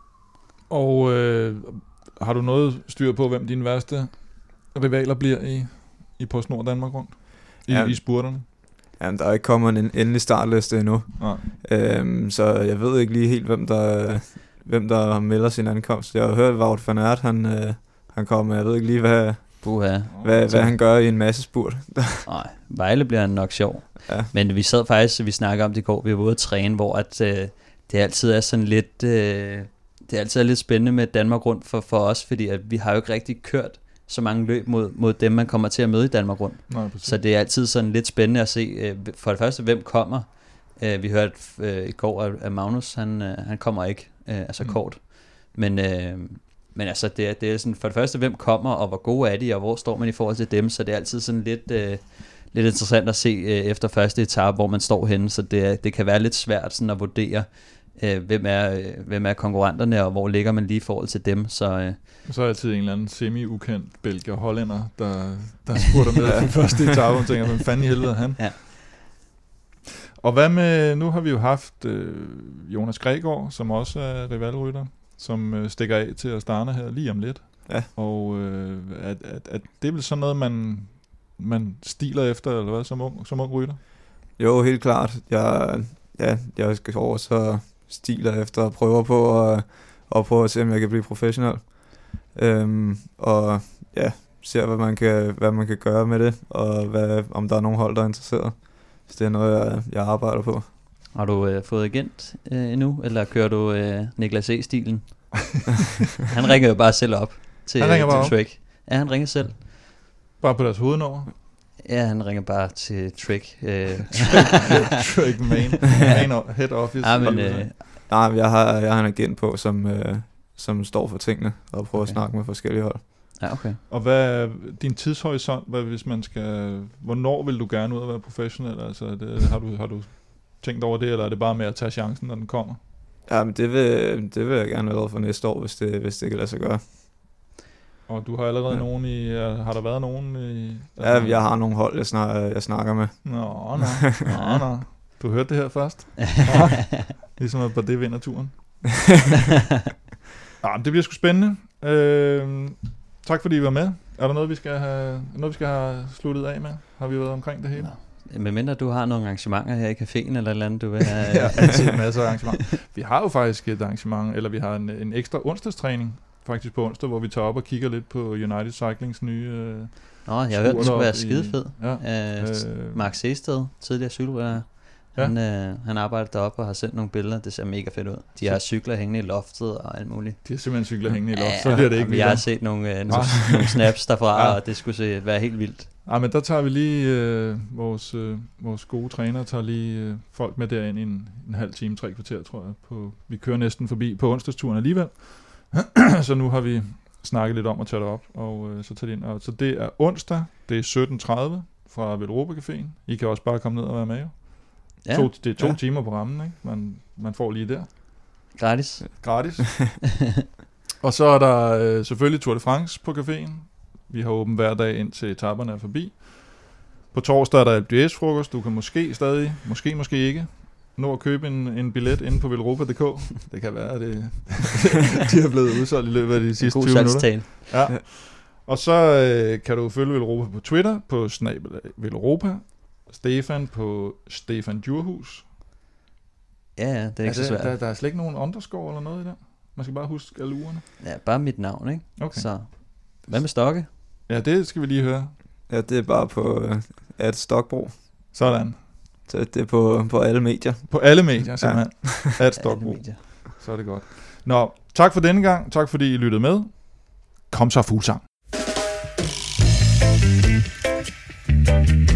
Og øh, har du noget styr på, hvem dine værste rivaler bliver i, i PostNord Danmark rundt? I, Ja. i spurterne? Jamen, der er ikke kommet en endelig startliste endnu, Nej. øhm, så jeg ved ikke lige helt, hvem der, hvem der melder sin ankomst. Jeg har hørt, at Wout van Aert, han, øh, han kommer, jeg ved ikke lige, hvad, Puha. hvad, hvad han gør i en masse spurt. Nej, Vejle bliver nok sjov. Ja. Men vi sad faktisk, vi snakkede om det i går, vi var ude at træne, hvor at, øh, det altid er sådan lidt, øh, det er altid er lidt spændende med Danmark rundt for, for os, fordi at vi har jo ikke rigtig kørt så mange løb mod, mod dem, man kommer til at møde i Danmark rundt. Nej, præcis. Så det er altid sådan lidt spændende at se, øh, for det første, hvem kommer. Øh, vi hørte øh, i går, at, at Magnus, han, øh, han kommer ikke, øh, altså Mm. kort. Men, øh, men altså, det er, det er sådan, for det første, hvem kommer, og hvor gode er de, og hvor står man i forhold til dem, så det er altid sådan lidt, øh, lidt interessant at se øh, efter første etape, hvor man står henne, så det, det kan være lidt svært sådan at vurdere, øh, hvem, er, øh, hvem er konkurrenterne, og hvor ligger man lige i forhold til dem. Så, øh. så er altid en eller anden semi-ukendt belgier og hollænder, der, der spurgte med ja. den første etape, og tænker, hvem fanden i helvede er han? Ja. Og hvad med, nu har vi jo haft øh, Jonas Gregor, som også er rivalrytter, som øh, stikker af til at starte her lige om lidt. Ja. Og øh, at, at, at det er vel sådan noget, man, man stiler efter, eller hvad, som ung, som ung rytter? Jo, helt klart. Jeg, ja, jeg skal over så stiler efter og prøver på at, og prøve at se, om jeg kan blive professionel. Øhm, og ja, ser, hvad man, kan, hvad man kan gøre med det, og hvad, om der er nogen hold, der er interesseret. Så det er noget, jeg, jeg arbejder på. Har du øh, fået agent øh, endnu, eller kører du øh, Niklas E-stilen? Han ringer jo bare selv op til, han ringer til Trek. Ja, han ringer selv. Bare på deres hovednummer? Ja, han ringer bare til Trek. Øh. Trek main, main head office. Ja, men, øh, Nej, jeg har, jeg har en agent på, som, øh, som står for tingene, og prøver okay. at snakke med forskellige hold. Ja, okay. Og hvad er din tidshorisont, hvad hvis man skal, hvornår vil du gerne ud at være professionel? Altså, det, har, du, har du tænkt over det, eller er det bare med at tage chancen, når den kommer? Ja, men det vil, det vil jeg gerne være for næste år, hvis det, hvis det kan lade sig gøre. Og du har allerede ja. nogen i, har der været nogen i... Ja, jeg har nogle hold, jeg snakker, jeg snakker med. Nå, nå, nå, nå. Du hørte det her først? Nå, ligesom at Bardet vinder turen. Ja, det bliver sgu spændende. Øh, tak fordi I var med. Er der noget, vi skal have, noget, vi skal have sluttet af med? Har vi været omkring det hele? Nå. Men mindre du har nogle arrangementer her i caféen eller et eller andet, du vil have... Ja, altid masser af arrangementer. Vi har jo faktisk et arrangement, eller vi har en, en ekstra onsdagstræning, faktisk på onsdag, hvor vi tager op og kigger lidt på United Cyclings nye... Øh, Nå, jeg har hørt, den skulle være skidefed. Ja, øh, øh, Mark Seested, tidligere cykelrytter, ja. han, øh, han arbejder deroppe og har sendt nogle billeder. Det ser mega fedt ud. De har cykler hængende i loftet og alt muligt. De har simpelthen cykler hængende i loftet, ja, så bliver det ikke vildt. Jeg har set nogle, øh, nogle, nogle snaps derfra, ja. Og det skulle se, være helt vildt. Ja, men der tager vi lige, øh, vores, øh, vores gode træner tager lige øh, folk med derind i en, en halv time, tre kvarter, tror jeg. På, vi kører næsten forbi på onsdagsturen alligevel. Så nu har vi snakket lidt om at tage det op, og øh, så tage det ind. Og, så det er onsdag, det er sytten tredive fra Velropa Caféen. I kan også bare komme ned og være med, jo. Ja. To, det er to ja. timer på rammen, ikke? Man, man får lige der. Gratis. Gratis. Og så er der øh, selvfølgelig Tour de France på caféen. Vi har åbent hver dag indtil etaperne er forbi. På torsdag er der Alpe d'Huez frokost. Du kan måske stadig, måske måske ikke, nå at købe en, en billet inde på velropa punktum d k. Det kan være, at det, de er blevet udsolgt i løbet af de sidste tyve minutter. Ja. Og så øh, kan du følge Velropa på Twitter, på snabel Velropa. Stefan på Stefan Djurhus. Ja, ja, det er ikke er så det, svært. Der, der er slet ikke nogen underscore eller noget i der. Man skal bare huske alle ugerne. Ja, bare mit navn, ikke? Okay. Så, hvad med Stokke? Ja, det skal vi lige høre. Ja, det er bare på uh, at Stokbro. Sådan. Så det er på, på alle medier. På alle medier, simpelthen. Ja. At Stokbro. Så er det godt. Nå, tak for denne gang. Tak fordi I lyttede med. Kom så, Fuglsang.